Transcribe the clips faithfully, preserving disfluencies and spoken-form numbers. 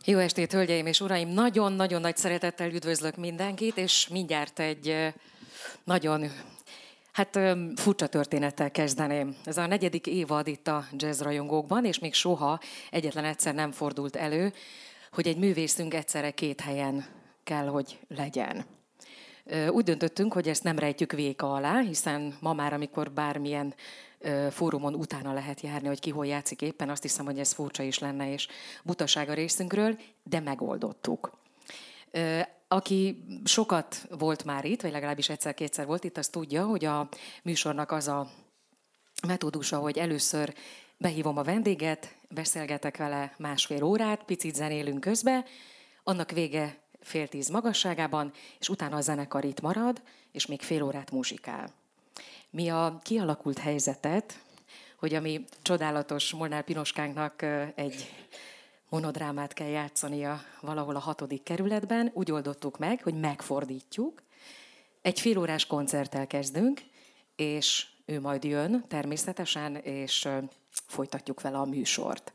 Jó estét, hölgyeim és uraim! Nagyon-nagyon nagy szeretettel üdvözlök mindenkit, és mindjárt egy nagyon hát, furcsa történettel kezdeném. Ez a negyedik évad itt a jazz rajongókban, és még soha egyetlen egyszer nem fordult elő, hogy egy művészünk egyszerre két helyen kell, hogy legyen. Úgy döntöttünk, hogy ezt nem rejtjük véka alá, hiszen ma már, amikor bármilyen fórumon utána lehet járni, hogy ki hol játszik éppen, azt hiszem, hogy ez furcsa is lenne, és butaság a részünkről, de megoldottuk. Aki sokat volt már itt, vagy legalábbis egyszer-kétszer volt itt, az tudja, hogy a műsornak az a metódusa, hogy először behívom a vendéget, beszélgetek vele másfél órát, picit zenélünk közbe, annak vége fél tíz magasságában, és utána a zenekar itt marad, és még fél órát muzsikál. Mi a kialakult helyzetet, hogy a mi csodálatos Molnár Pinoskánknak egy monodrámát kell játszania valahol a hatodik kerületben, úgy oldottuk meg, hogy megfordítjuk, egy fél órás koncerttel kezdünk, és ő majd jön természetesen, és folytatjuk vele a műsort.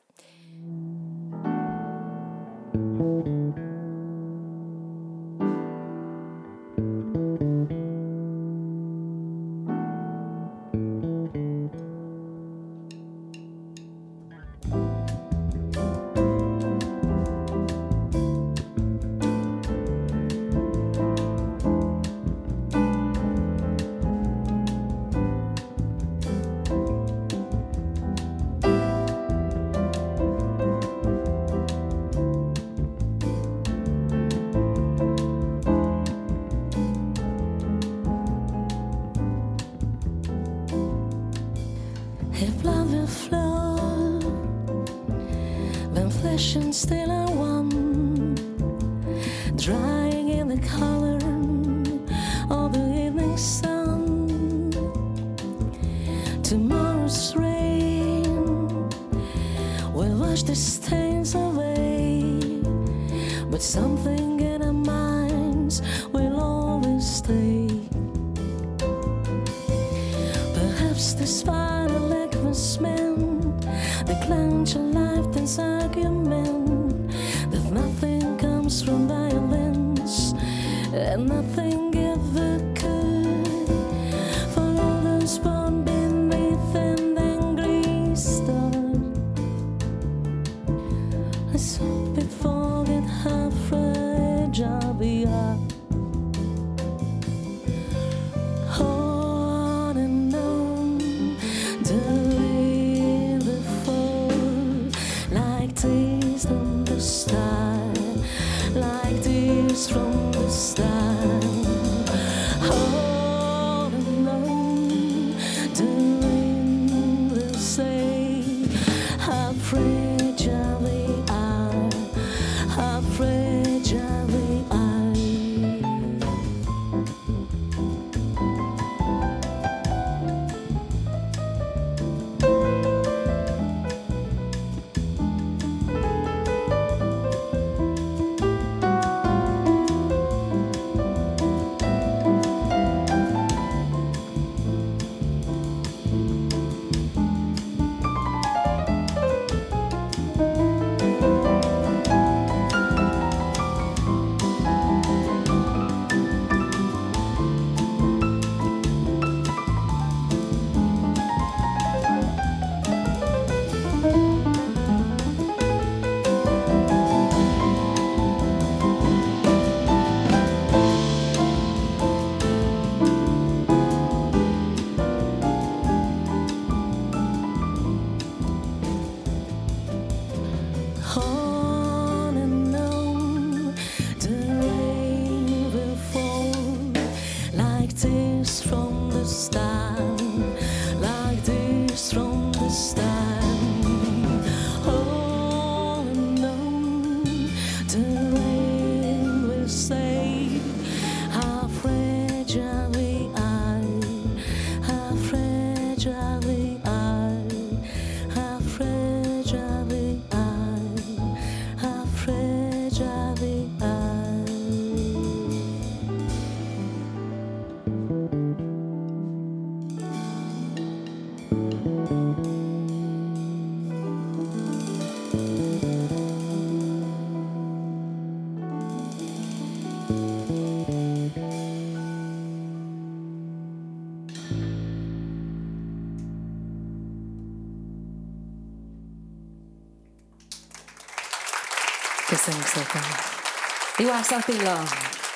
Köszönjük szépen. Juhász Attila,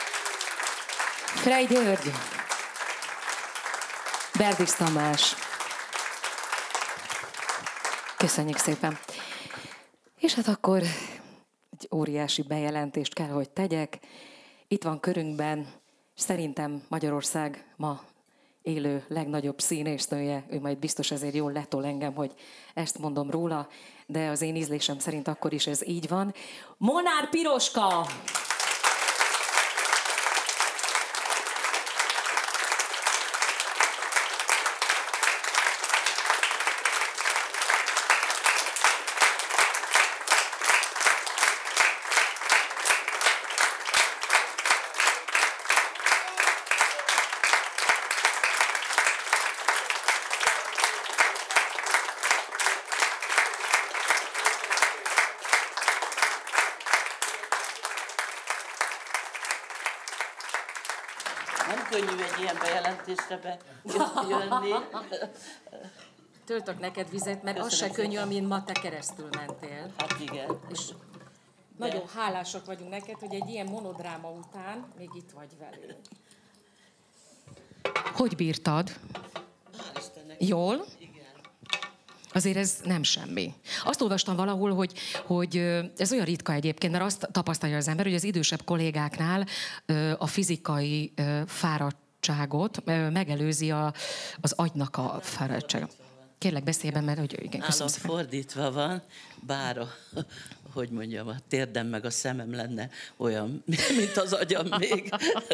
Frey György, Berdis Tamás. Köszönjük szépen. És hát akkor egy óriási bejelentést kell, hogy tegyek. Itt van körünkben szerintem Magyarország ma élő legnagyobb színésznője. Ő majd biztos ezért jól letol engem, hogy ezt mondom róla, de az én ízlésem szerint akkor is ez így van. Molnár Piroska! Nem könnyű egy ilyen bejelentésre bejönni. Töltök neked vizet, mert Köszönöm az se szépen. könnyű, amin ma te keresztül mentél. Hát igen. És nagyon hálásak vagyunk neked, hogy egy ilyen monodráma után még itt vagy velünk. Hogy bírtad? Hál' Istennek. Jól? Igen. Azért ez nem semmi. Azt olvastam valahol, hogy, hogy ö, ez olyan ritka egyébként, mert azt tapasztalja az ember, hogy az idősebb kollégáknál ö, a fizikai ö, fáradtságot ö, megelőzi a, az agynak a fáradtsága. Kérlek, beszélj be, mert hogy igen, Nálam köszönöm szépen. fordítva van, bár a, hogy mondjam, a térdem meg a szemem lenne olyan, mint az agyam még.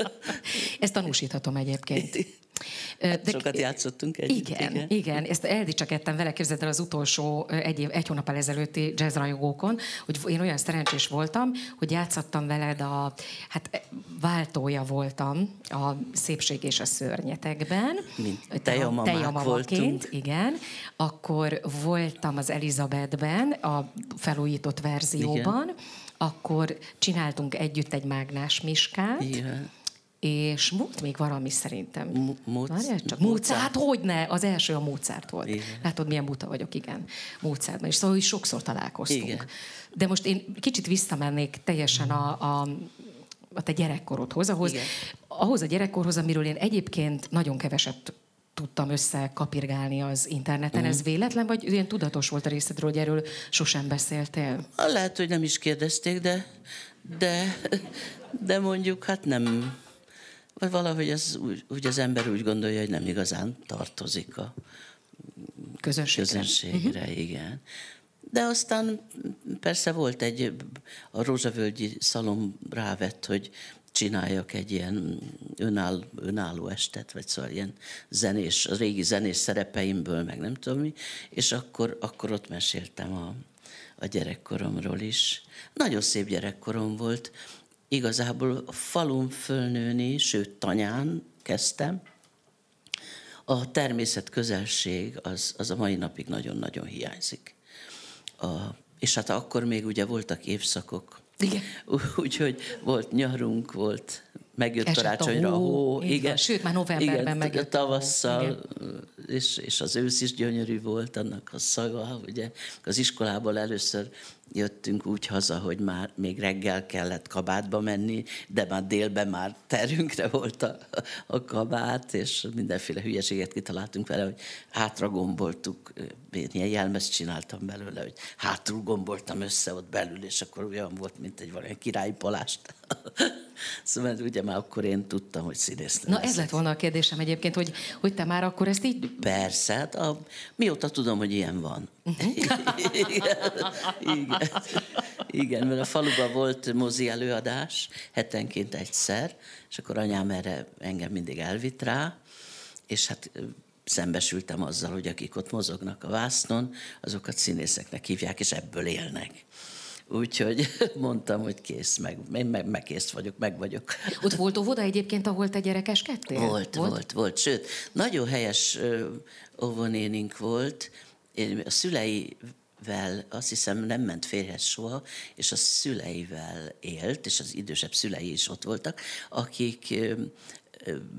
Ezt tanúsíthatom egyébként. Hát sokat játszottunk együtt. Igen, igen, igen. igen. Ezt eldicsekedtem vele, képzeld el az utolsó egy, év, egy hónappal ezelőtti jazzrajongókon, hogy én olyan szerencsés voltam, hogy játszottam veled a, hát váltója voltam a Szépség és a szörnyetekben. Mint tejamamák Tejamamaként, voltunk. igen. Akkor voltam az Elizabethben, a felújított verzióban. Igen. Akkor csináltunk együtt egy mágnás miskát. Igen. És volt még valami szerintem. Móc- Várjál csak. Mozart. Mozart, hogyne? Az első a Mozart volt. Igen. Látod, milyen buta vagyok, igen. Mozartban. És szóval is sokszor találkoztunk. Igen. De most én kicsit visszamennék teljesen a, a, a te gyerekkorodhoz, ahhoz, Igen. ahhoz a gyerekkorhoz, amiről én egyébként nagyon keveset tudtam összekapirgálni az interneten. Mm. Ez véletlen, vagy ilyen tudatos volt a részedről, hogy erről sosem beszéltél? Lehet, hogy nem is kérdezték, de, de, de mondjuk hát nem... Vagy valahogy az, úgy, úgy az ember úgy gondolja, hogy nem igazán tartozik a Közönségre. közönségre, uh-huh. igen. De aztán persze volt egy, a Rózsavölgyi Szalom rávett, hogy csináljak egy ilyen önáll, önálló estet, vagy szóval ilyen zenés, a régi zenés szerepeimből, meg nem tudom mi, és akkor, akkor ott meséltem a, a gyerekkoromról is. Nagyon szép gyerekkorom volt. Igazából a falun fölnőni, sőt Tanyán kezdtem. A természet közelség az, az a mai napig nagyon-nagyon hiányzik. A, és hát akkor még ugye voltak évszakok. Igen. Úgyhogy volt nyarunk, volt, megjött Esett karácsonyra a hó. hó, Igen. igen. Sőt, már novemberben igen, megjött a hó. tavasszal, és, és az ősz is gyönyörű volt, annak a szaga, ugye. Az iskolából először jöttünk úgy haza, hogy már még reggel kellett kabátba menni, de már délben már terünkre volt a, a kabát, és mindenféle hülyeséget kitaláltunk vele, hogy hátra gomboltuk, én ilyen jelmezt csináltam belőle, hogy hátul gomboltam össze ott belül, és akkor olyan volt, mint egy valami királyi palást. Szóval ugye már akkor én tudtam, hogy színész Na ez lett volna a kérdésem egyébként, hogy, hogy te már akkor ezt így... Persze, hát a, mióta tudom, hogy ilyen van. Uh-huh. igen, igen, igen, mert a faluban volt mozi előadás, hetenként egyszer, és akkor anyám erre engem mindig elvitt rá, és hát szembesültem azzal, hogy akik ott mozognak a vásznon, azokat színészeknek hívják, és ebből élnek. Úgyhogy mondtam, hogy kész, meg, én meg, meg kész vagyok, meg vagyok. Ott volt óvoda egyébként, ahol te gyerekeskedtél? Volt, volt, volt, volt. Sőt, nagyon helyes óvonénink volt. A szüleivel, azt hiszem, nem ment férjhez soha, és a szüleivel élt, és az idősebb szülei is ott voltak, akik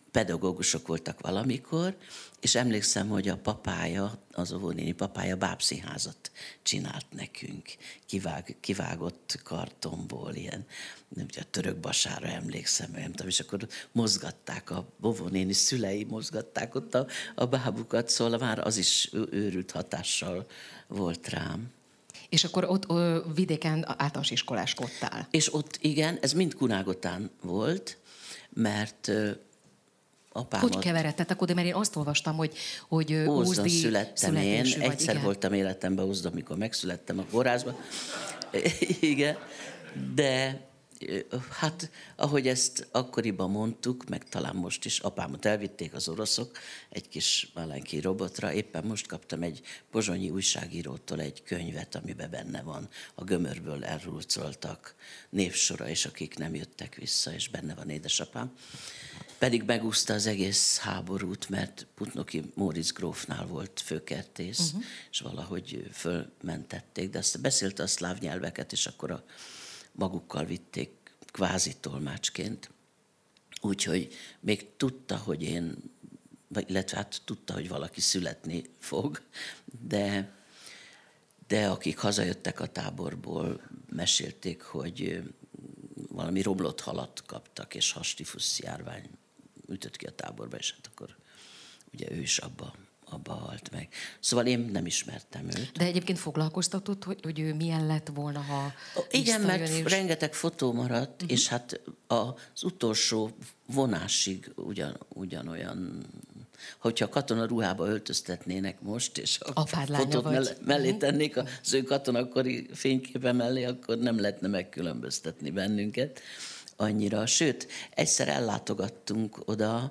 pedagógusok voltak valamikor, és emlékszem, hogy a papája, az óvónéni papája bábszínházat csinált nekünk. Kivág, kivágott kartonból, ilyen, nem tudom, a török basára emlékszem, nem tudom, és akkor mozgatták, a óvónéni szülei mozgatták ott a, a bábukat, szóval már az is őrült hatással volt rám. És akkor ott ö, vidéken általános iskoláskodtál. És ott igen, ez mind Kunágotán volt, mert apámat... Hogy keveredtetek oda? Mert én azt olvastam, hogy, hogy Ózdon ózdi születtem én. vagy, Egyszer igen. voltam életemben Ózdon, amikor megszülettem a kórházban. Igen. De hát, ahogy ezt akkoriban mondtuk, meg talán most is, apámat elvitték az oroszok egy kis malenki robotra. Éppen most kaptam egy pozsonyi újságírótól egy könyvet, amiben benne van. A gömörből elrúlcoltak névsora, és akik nem jöttek vissza, és benne van édesapám. Pedig megúszta az egész háborút, mert Putnoki Móricz grófnál volt főkertész, uh-huh. és valahogy fölmentették, de azt beszélte a szláv nyelveket, és akkor a magukkal vitték kvázi tolmácsként. Úgyhogy még tudta, hogy én, illetve hát tudta, hogy valaki születni fog, de, de akik hazajöttek a táborból, mesélték, hogy valami romlott halat kaptak, és hastifuszt járvány ütött ki a táborba, és hát akkor ugye ő is abba, abba halt meg. Szóval én nem ismertem őt. De egyébként foglalkoztatott, hogy, hogy ő milyen lett volna, ha igen, mert és... rengeteg fotó maradt, uh-huh. és hát az utolsó vonásig ugyan, ugyanolyan, hogyha katona ruhába öltöztetnének most, és a fotót mellé, mellé tennék az ő katonakori fényképe mellé, akkor nem lehetne megkülönböztetni bennünket annyira. Sőt, egyszer ellátogattunk oda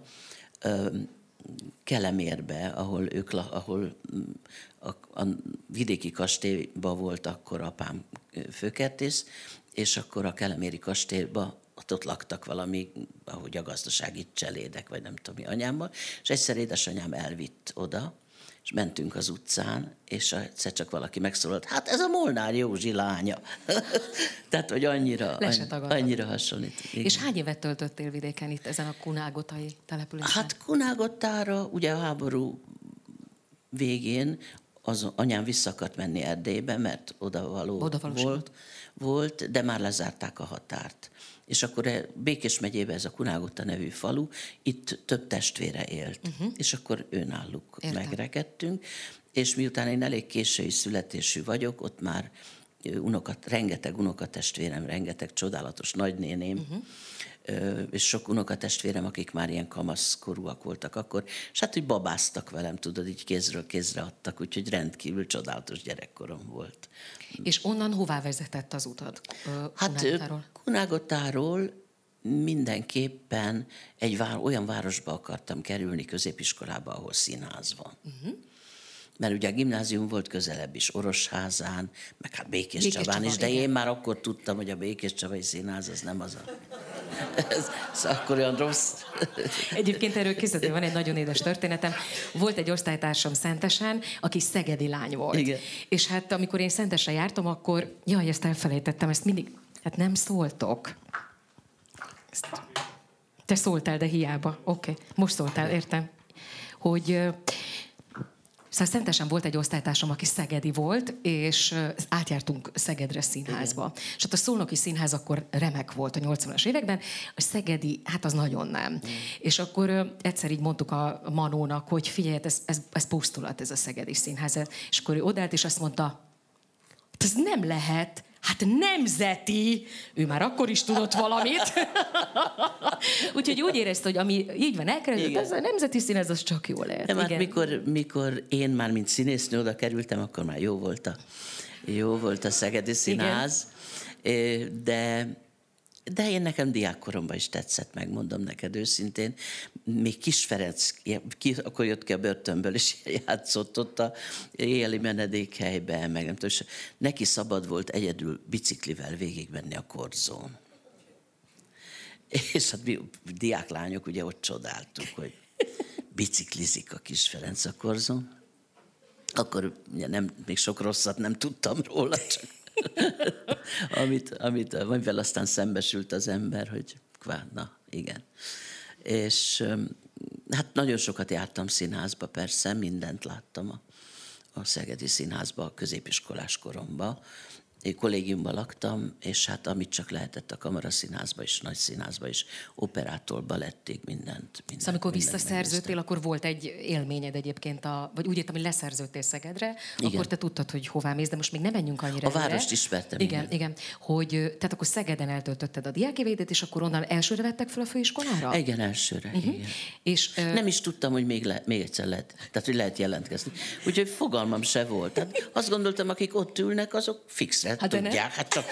Kelemérbe, ahol ők, ahol a, a vidéki kastélyban volt akkor apám főkertész, és akkor a keleméri kastélyban ott, ott laktak valami, ahogy a gazdasági cselédek, vagy nem tudom mi anyámmal, és egyszer édesanyám elvitt oda, és mentünk az utcán, és egyszer csak valaki megszólalt, hát ez a Molnár Józsi lánya. Tehát, hogy annyira, annyira hasonlít. Igen. És hány évet töltöttél vidéken itt ezen a kunágotai településen? Hát Kunágotára, ugye a háború végén az anyám vissza akart menni Erdélybe, mert odavaló volt, volt, de már lezárták a határt. És akkor Békés megyében ez a Kunágota nevű falu, itt több testvére élt. Uh-huh. És akkor önálluk megrekedtünk. És miután én elég késői születésű vagyok, ott már unokat, rengeteg unokatestvérem, rengeteg csodálatos nagynéném, uh-huh. és sok unokatestvérem, akik már ilyen kamaszkorúak voltak akkor, és hát úgy babáztak velem, tudod, így kézről kézre adtak, úgyhogy rendkívül csodálatos gyerekkorom volt. És onnan hová vezetett az utad? Hát Kunágotáról mindenképpen egy vár, olyan városba akartam kerülni, középiskolába, ahol színház van. Uh-huh. Mert ugye a gimnázium volt közelebb is, Orosházán, meg hát Békés, Békés Csabán is, de igen. Én már akkor tudtam, hogy a Békés Csabai Színház az nem az a... Ez, ez akkor olyan rossz. Egyébként erről készítő van egy nagyon édes történetem. Volt egy osztálytársam Szentesen, aki szegedi lány volt. Igen. És hát amikor én Szentesre jártam, akkor, jaj, ezt elfelejtettem, ezt mindig, hát nem szóltok. Ezt... Te szóltál, de hiába. Oké, okay. Most szóltál, értem. Hogy... Szóval Szentesen volt egy osztálytársam, aki szegedi volt, és átjártunk Szegedre színházba. Igen. És hát a Szolnoki Színház akkor remek volt a nyolcvanas években, a szegedi, hát az nagyon nem. Mm. És akkor egyszer így mondtuk a Manónak, hogy figyelj, ez, ez, ez pusztulat, ez a szegedi színház. És akkor ő odállt, és azt mondta, ez nem lehet, hát nemzeti, ő már akkor is tudott valamit. Úgyhogy úgy érezte, hogy ami így van elkerült, ez a nemzeti színház, az csak jó lehet. Nem, hát mikor, mikor én már, mint színésznő oda kerültem, akkor már jó volt a, jó volt a szegedi színház. Igen. De, de én nekem diákkoromban is tetszett, megmondom neked őszintén. Még Kis Ferenc, ki, akkor jött ki a börtönből, és játszott ott a éjjeli menedékhelyben, meg nem tudom, és neki szabad volt egyedül biciklivel végigmenni a Korzón. És hát mi diáklányok ugye ott csodáltuk, hogy biciklizik a Kis Ferenc a Korzón. Akkor ugye nem, még sok rosszat nem tudtam róla, csak amit, amit, amivel aztán szembesült az ember, hogy kvá, na, igen. és hát nagyon sokat jártam színházba, persze, mindent láttam a, a Szegedi Színházba, a középiskolás koromban. Én kollégiumban laktam, és hát amit csak lehetett a kamaraszínházba is, nagy színházba is, operától, balettig, mindent. mindent szóval amikor mindent visszaszerződtél, megnéztem. akkor volt egy élményed egyébként, a, vagy úgy értem, hogy leszerződtél Szegedre, igen. Akkor te tudtad, hogy hová mész, de most még nem menjünk annyira. A várost ismertem, igen. igen. Igen, hogy tehát akkor Szegeden eltöltötted a diákévédet, és akkor onnan elsőre vettek fel a főiskolára? Igen, elsőre, uh-huh. igen. És, uh... nem is tudtam, hogy még, le, még egyszer lehet, tehát hogy lehet jelentkezni. Úgyhogy fogalmam se volt. Tehát azt gondoltam, akik ott ülnek, azok fixre hát tudják. Hát csak...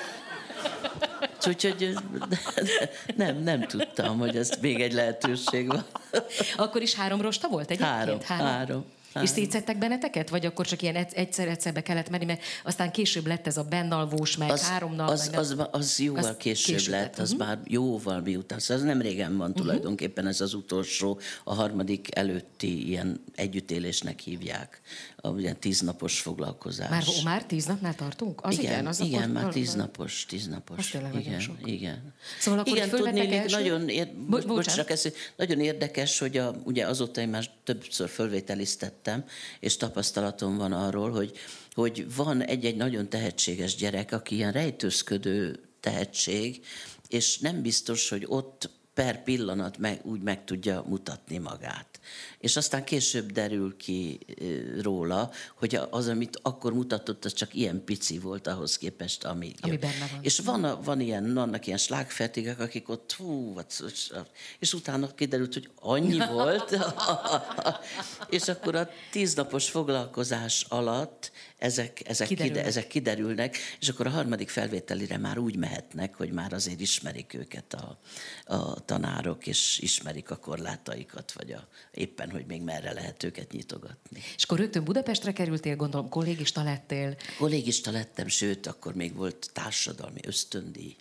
Úgyhogy nem, nem tudtam, hogy ez még egy lehetőség van. Akkor is három rosta volt egyébként? Három, három. három. És szétszettek benneteket? Vagy akkor csak ilyen egyszer-egyszerbe kellett menni, mert aztán később lett ez a bennalvós, meg az, háromnal. Az, meg az, az jóval az később, később lett, az uh-huh. már jóval miután. Szóval az nem régen van tulajdonképpen, ez az utolsó, a harmadik előtti ilyen együttélésnek hívják. A ugye tíznapos foglalkozás. Már, már tíz napnál tartunk? Az igen, igen, az igen akkor, már tíznapos, tíznapos. Igen, igen. Szóval akkor igen, tudni, első... nagyon, ér... Bo- bocs, csak ez, nagyon érdekes, hogy a, ugye azóta én már többször fölvételiztettem, és tapasztalatom van arról, hogy, hogy van egy-egy nagyon tehetséges gyerek, aki ilyen rejtőzködő tehetség, és nem biztos, hogy ott per pillanat meg, úgy meg tudja mutatni magát. És aztán később derül ki róla, hogy az, amit akkor mutatott, az csak ilyen pici volt ahhoz képest, ami, ami benne van. És van, a, van ilyen, vannak ilyen slágfertigek, akik ott, hú, és utána kiderült, hogy annyi volt, és akkor a tíznapos foglalkozás alatt ezek, ezek, kiderülnek. Kide, ezek kiderülnek, és akkor a harmadik felvételire már úgy mehetnek, hogy már azért ismerik őket a, a tanárok, és ismerik a korlátaikat, vagy a, éppen, hogy még merre lehet őket nyitogatni. És akkor rögtön Budapestre kerültél, gondolom, kollégista lettél? Kollégista lettem, sőt, akkor még volt társadalmi ösztöndíj,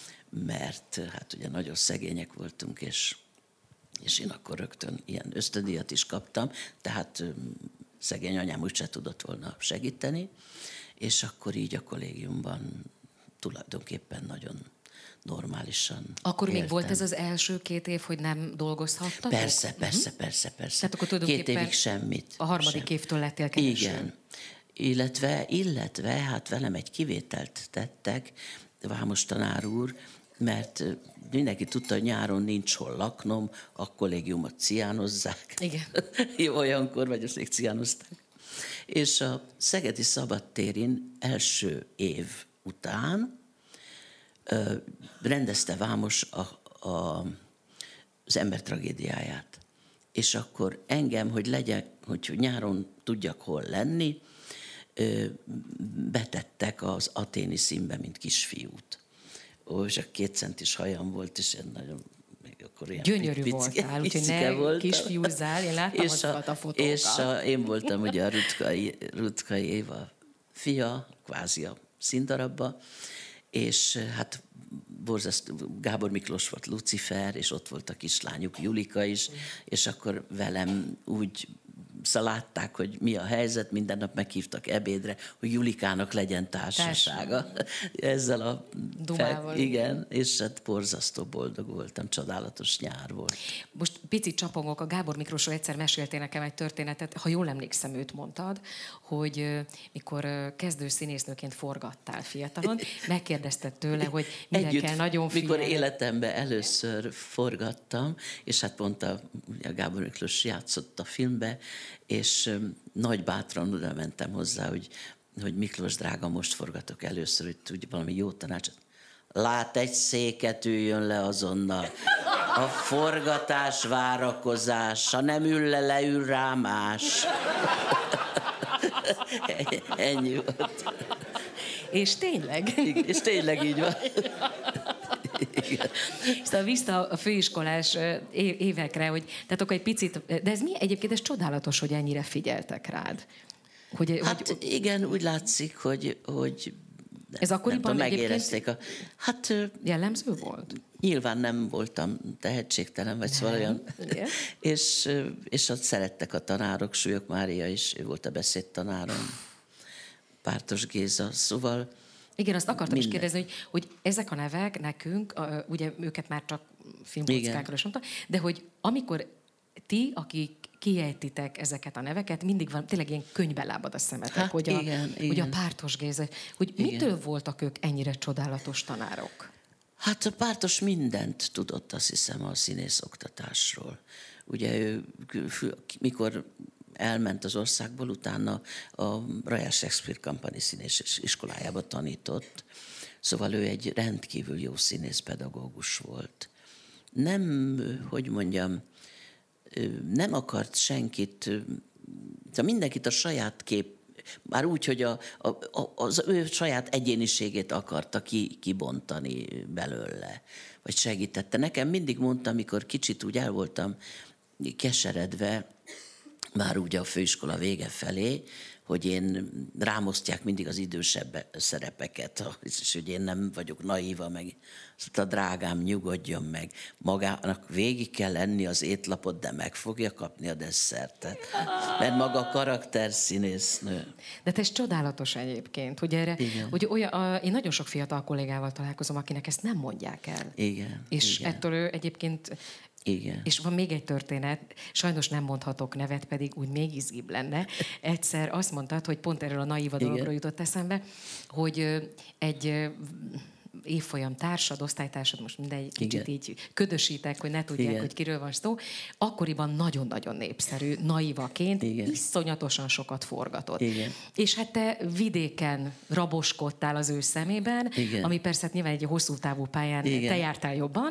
mert hát ugye nagyon szegények voltunk, és, és én akkor rögtön ilyen ösztöndíjat is kaptam, tehát szegény anyám úgyse tudott volna segíteni, és akkor így a kollégiumban tulajdonképpen nagyon normálisan Akkor éltem. még volt ez az első két év, hogy nem dolgozhattatok? Persze, persze, persze, persze. Tehát akkor két évig semmit. A harmadik sem. évtől lettél kereső. Igen. Illetve, illetve, hát velem egy kivételt tettek, Vámos tanár úr, mert mindenki tudta, hogy nyáron nincs hol laknom, a kollégiumot ciánozzák. Igen. Jó, olyankor, vagy azt még ciánozták. És a Szegedi Szabadtérin első év után ö, rendezte Vámos a, a, az ember tragédiáját. És akkor engem, hogy legyek, hogy nyáron tudjak hol lenni, ö, betettek az aténi színbe, mint kisfiút. Ó, és a két centis hajam volt, és én nagyon... Akkor ilyen gyönyörű pic, voltál, úgyhogy ne kisfiúzzál, én láttam és azokat a, a fotókat. És a, én voltam ugye a Rutkai, Rutkai Éva fia, kvázi a színdarabba, és hát borzasztó, Gábor Miklós volt Lucifer, és ott volt a kislányuk Julika is, és akkor velem úgy látták, hogy mi a helyzet, minden nap meghívtak ebédre, hogy Julikának legyen társasága. Ezzel a... Dumával. Fel, igen, és hát borzasztó boldog voltam, csodálatos nyár volt. Most picit csapongok, a Gábor Miklósról egyszer meséltél nekem egy történetet, ha jól emlékszem, őt mondtad, hogy mikor kezdő színésznőként forgattál fiatalon, megkérdezted tőle, hogy mire Együtt, kell nagyon figyelni. Mikor életemben először forgattam, és hát pont a, a Gábor Miklós játszott a filmbe, és nagy bátran oda mentem hozzá, hogy, hogy Miklós drága, most forgatok először, hogy tudj valami jó tanácsot. Lát egy széket, üljön le azonnal. A forgatás várakozás, ha nem ül le, leül rá más. Ennyi volt. És tényleg? Igen, és tényleg így van. Igen. Szóval vissza a főiskolás évekre, hogy tehát akkor egy picit, de ez mi egyébként, ez csodálatos, hogy ennyire figyeltek rád. Hogy, hát hogy, igen, úgy látszik, hogy, hogy ez akkoriban tudom, megérezték a... Hát jellemző volt? Nyilván nem voltam tehetségtelen, vagy nem. Szóval olyan. és, és ott szerettek a tanárok, Súlyog Mária is, ő volt a beszédtanárom, Pártos Géza, szóval Igen, azt akartam minden. is kérdezni, hogy, hogy ezek a nevek nekünk, ugye őket már csak filmkockákról is mondta, de hogy amikor ti, akik kiejtitek ezeket a neveket, mindig van, tényleg ilyen könyvbe lábad a szemetek, Hát hogy, igen, a, igen. hogy a Pártos Géza, hogy Igen. mitől voltak ők ennyire csodálatos tanárok? Hát a Pártos mindent tudott, azt hiszem, a színész oktatásról. Ugye ő, mikor elment az országból, utána a Royal Shakespeare Company színész iskolájába tanított, szóval ő egy rendkívül jó színészpedagógus volt. Nem, hogy mondjam, nem akart senkit, mindenkit a saját kép, már úgy, hogy a, a, az ő saját egyéniségét akarta ki, kibontani belőle, vagy segítette. Nekem mindig mondta, amikor kicsit úgy el voltam keseredve, már úgy a főiskola vége felé, hogy én rámosztják mindig az idősebb szerepeket, és hogy én nem vagyok naíva, meg azt a drágám, nyugodjon meg. Magának végig kell enni az étlapot, de meg fogja kapni a desszertet. Mert maga a karakter színésznő. De ez csodálatos egyébként, hogy erre, Igen. hogy olyan, a, én nagyon sok fiatal kollégával találkozom, akinek ezt nem mondják el. Igen. És igen. ettől ő egyébként. Igen. És van még egy történet, sajnos nem mondhatok nevet, pedig úgy még izgibb lenne. Egyszer azt mondtad, hogy pont erről a naíva dologról jutott eszembe, hogy egy évfolyam társad, osztálytársad, most mindegy, kicsit így ködösítek, hogy ne tudják, igen, hogy kiről van szó, akkoriban nagyon-nagyon népszerű, naivaként, igen, iszonyatosan sokat forgatott. Igen. És hát te vidéken raboskodtál az ő szemében, igen, ami persze hát nyilván egy hosszú távú pályán, igen, te jártál jobban,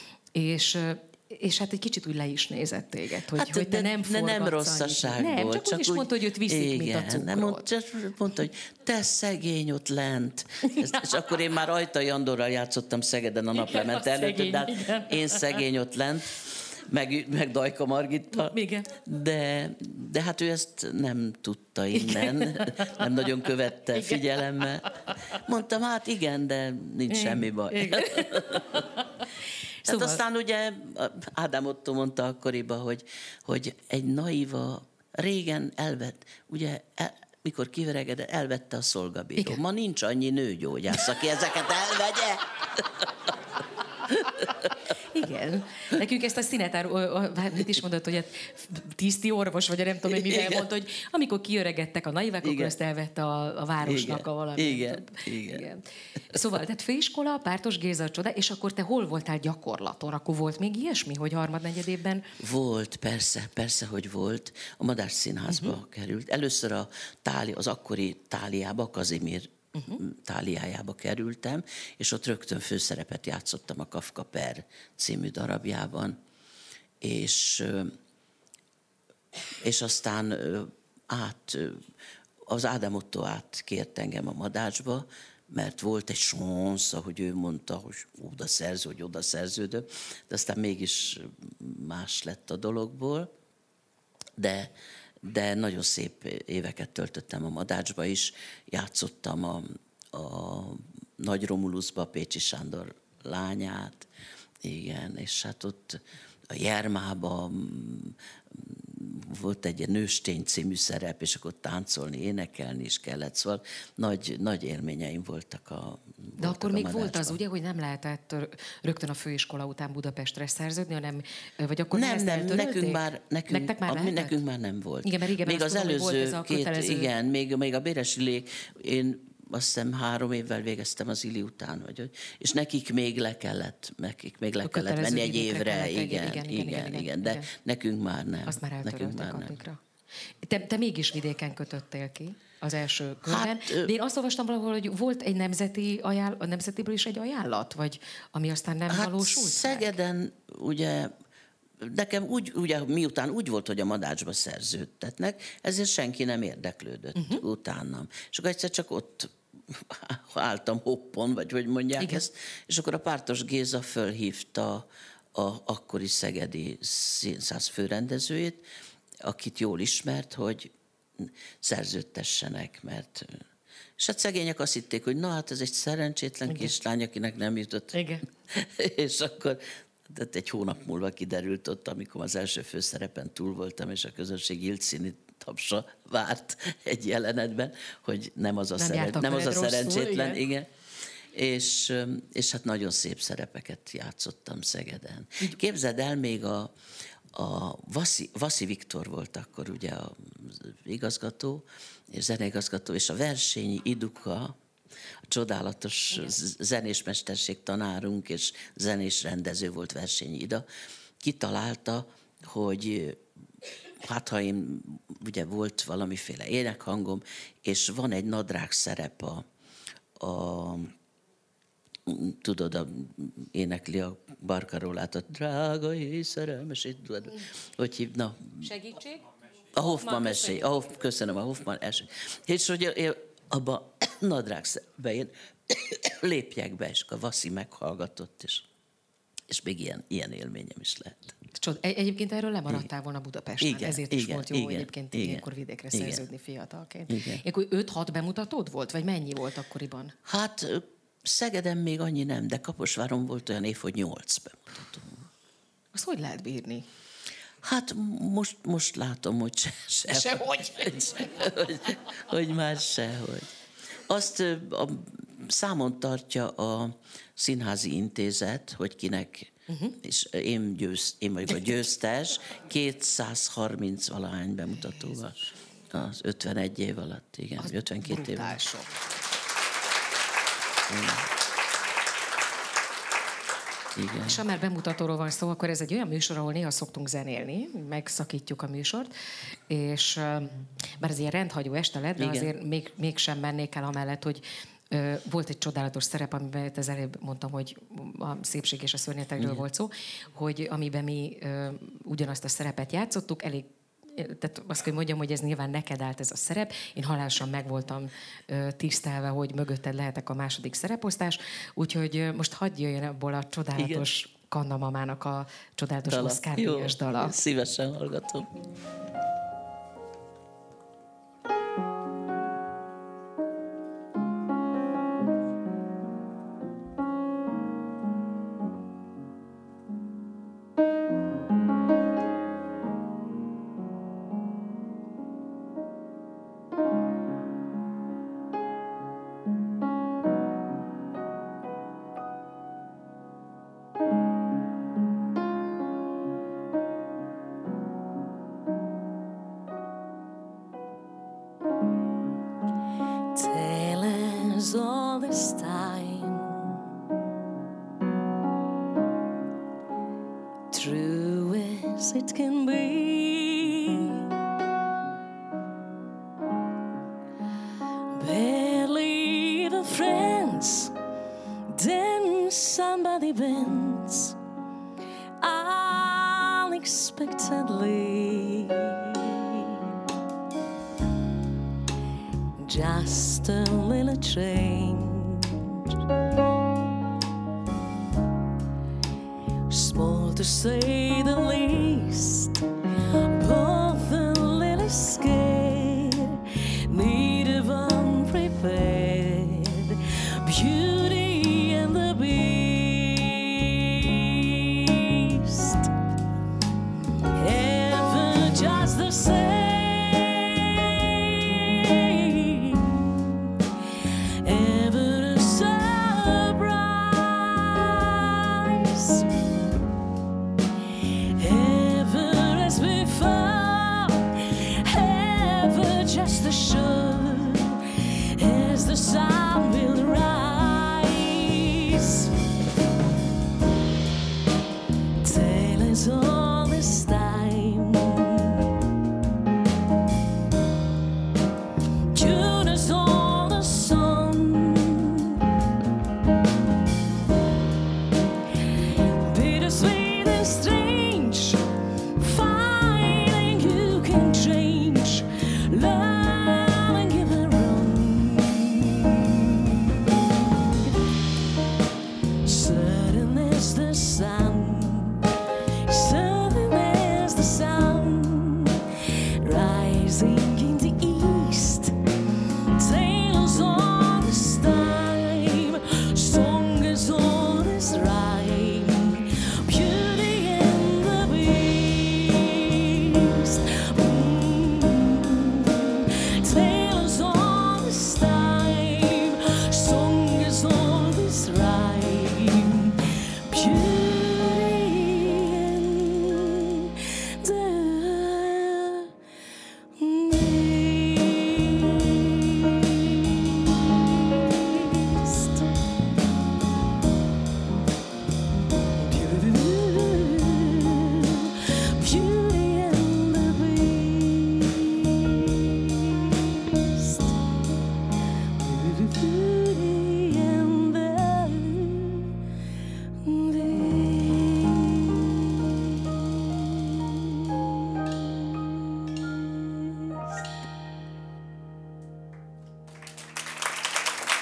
és és hát egy kicsit úgy le is nézett téged, hogy, hát, hogy te nem forgatsz. Nem rosszaságból. Nem, csak, csak úgy is mondta, hogy őt viszik, igen, mint a cukrot. Nem mond, csak mondta, hogy te szegény ott lent. És akkor én már Ajtai Andorral játszottam Szegeden a Naplement előtt, de hát én szegény ott lent, meg, meg Dajka Margitta. Igen. De, de hát ő ezt nem tudta innen, igen, nem nagyon követte, igen, figyelemmel. Mondtam, hát igen, de nincs, igen, semmi baj. Igen. Szóval... Hát aztán ugye Ádám Ottó mondta akkoriban, hogy, hogy egy naiva régen elvett, ugye el, mikor kiveregedett, elvette a szolgabíró. Igen. Ma nincs annyi nőgyógyász, aki ezeket elvegye. Igen. Nekünk ezt a színetár, mit is mondott, hogy tiszti orvos, vagy nem tudom, hogy mivel mondta, hogy amikor kiöregedtek a naivák, igen, akkor ezt elvette a, a városnak, igen, a valami. Igen. Igen. Igen. Szóval, tehát főiskola, Pártos Géza csoda, és akkor te hol voltál gyakorlaton? Akkor volt még ilyesmi, hogy harmadnegyed évben? Volt, persze, persze, hogy volt. A Madách Színházba uh-huh. került. Először a táli, az akkori Táliába, Kazimír Uh-huh. Táliájába kerültem, és ott rögtön főszerepet játszottam a Kafka Per című darabjában, és, és aztán át, az Ádám Ottó átkért engem a Madácsba, mert volt egy sonsz, ahogy ő mondta, hogy oda szerző, hogy oda szerződöm, de aztán mégis más lett a dologból, de de nagyon szép éveket töltöttem a Madácsba is, játszottam a, a Nagy Romuluszba, Pécsi Sándor lányát, igen, és hát ott a Jermában volt egy Nőstény című szerep, és akkor táncolni, énekelni is kellett, szóval nagy, nagy élményeim voltak a De akkor még volt az, ugye, hogy nem lehetett rögtön a főiskola után Budapestre szerződni, hanem, vagy akkor nem, nem, nekünk már, nekünk, már a, nekünk már nem volt. Igen, mert igen, még az tudom, előző két, kötelező... igen, még, még a Béresi Lék, én azt hiszem három évvel végeztem az Ili után, vagy, és nekik még le kellett, nekik még le a kellett menni egy évre, igen, igen, igen, igen, igen, igen, de igen, nekünk már nem. Azt már eltöröltek addigra. Te, te mégis vidéken kötöttél ki az első körben. Hát, de én azt olvastam valahol, hogy volt egy nemzeti ajánl, a nemzetiből is egy ajánlat, vagy ami aztán nem hát valósult Szegeden, meg? Ugye, nekem úgy, ugye, miután úgy volt, hogy a Madácsba szerződtetnek, ezért senki nem érdeklődött uh-huh. utánam. És akkor egyszer csak ott álltam hoppon, vagy hogy mondják, igen, ezt, és akkor a Pártos Géza fölhívta a akkori szegedi színház főrendezőjét, akit jól ismert, hogy szerződtessenek, mert... És hát szegények azt hitték, hogy na hát ez egy szerencsétlen, igen, kislány, akinek nem jutott. Igen. És akkor tehát egy hónap múlva kiderült ott, amikor az első főszerepen túl voltam, és a közönség Ilcini tapsa várt egy jelenetben, hogy nem az a, nem szeren, nem az a rosszul, szerencsétlen, igen. igen. És, és hát nagyon szép szerepeket játszottam Szegeden. Így. Képzeld el, még a, a Vaszi, Vaszi Viktor volt akkor ugye az igazgató, és zeneigazgató, és a Versényi Iduka, a csodálatos igen. zenésmesterség tanárunk, és zenés rendező volt Versényi Ida, kitalálta, hogy hát ha én, ugye volt valamiféle énekhangom, és van egy nadrág szerep a, a tudod, a, énekli a Barkarolát, a drága és szerelmes, tudod, hogy hív, na. Segítség? A Hoffman mesély, a Hoff, köszönöm, a Hoffman esély. És hogy én abba a nadrágszerbe én lépjek be, és a Vaszi meghallgatott, és, és még ilyen, ilyen élményem is lett. Csod, egyébként erről lemaradtál volna Budapesten, igen, ezért is igen, volt jó igen, egyébként igen, ilyenkor vidékre igen, szerződni fiatalként. Igen. Akkor öt-hat bemutatód volt, vagy mennyi volt akkoriban? Hát Szegeden még annyi nem, de Kaposváron volt olyan év, hogy nyolc bemutató. Azt hogy lehet bírni? Hát most, most látom, hogy se, se, sehogy. hogy, hogy már sehogy. Azt a, számon tartja a Színházi Intézet, hogy kinek, uh-huh. és én, győz, én vagyok a győztes, kétszázharminc valahány bemutatóval az ötvenegy év alatt, igen, az ötvenkét év alatt. Sok. Igen. És ha már bemutatóról van szó, akkor ez egy olyan műsor, ahol néha szoktunk zenélni, megszakítjuk a műsort, és bár ez ilyen rendhagyó este lett, de igen. azért még, mégsem mennék el amellett, hogy ö, volt egy csodálatos szerep, amiben az előbb mondtam, hogy a szépség és a szörnyetegről volt szó, hogy amiben mi ö, ugyanazt a szerepet játszottuk, elég tehát azt kell mondjam, hogy ez nyilván neked állt ez a szerep. Én halálosan meg voltam tisztelve, hogy mögötted lehetek a második szereposztás, úgyhogy most hadd jöjjön abból a csodálatos igen. Kanna mamának a csodálatos Oscar-díjas dala. Jó, szívesen hallgatom. All this time, true as it can be, barely even friends, then somebody bends unexpectedly. Just a little change, small to say the least, both a little scared, need of unprepared, Beauty and the Beast, ever just the same. Certain as the sun, certain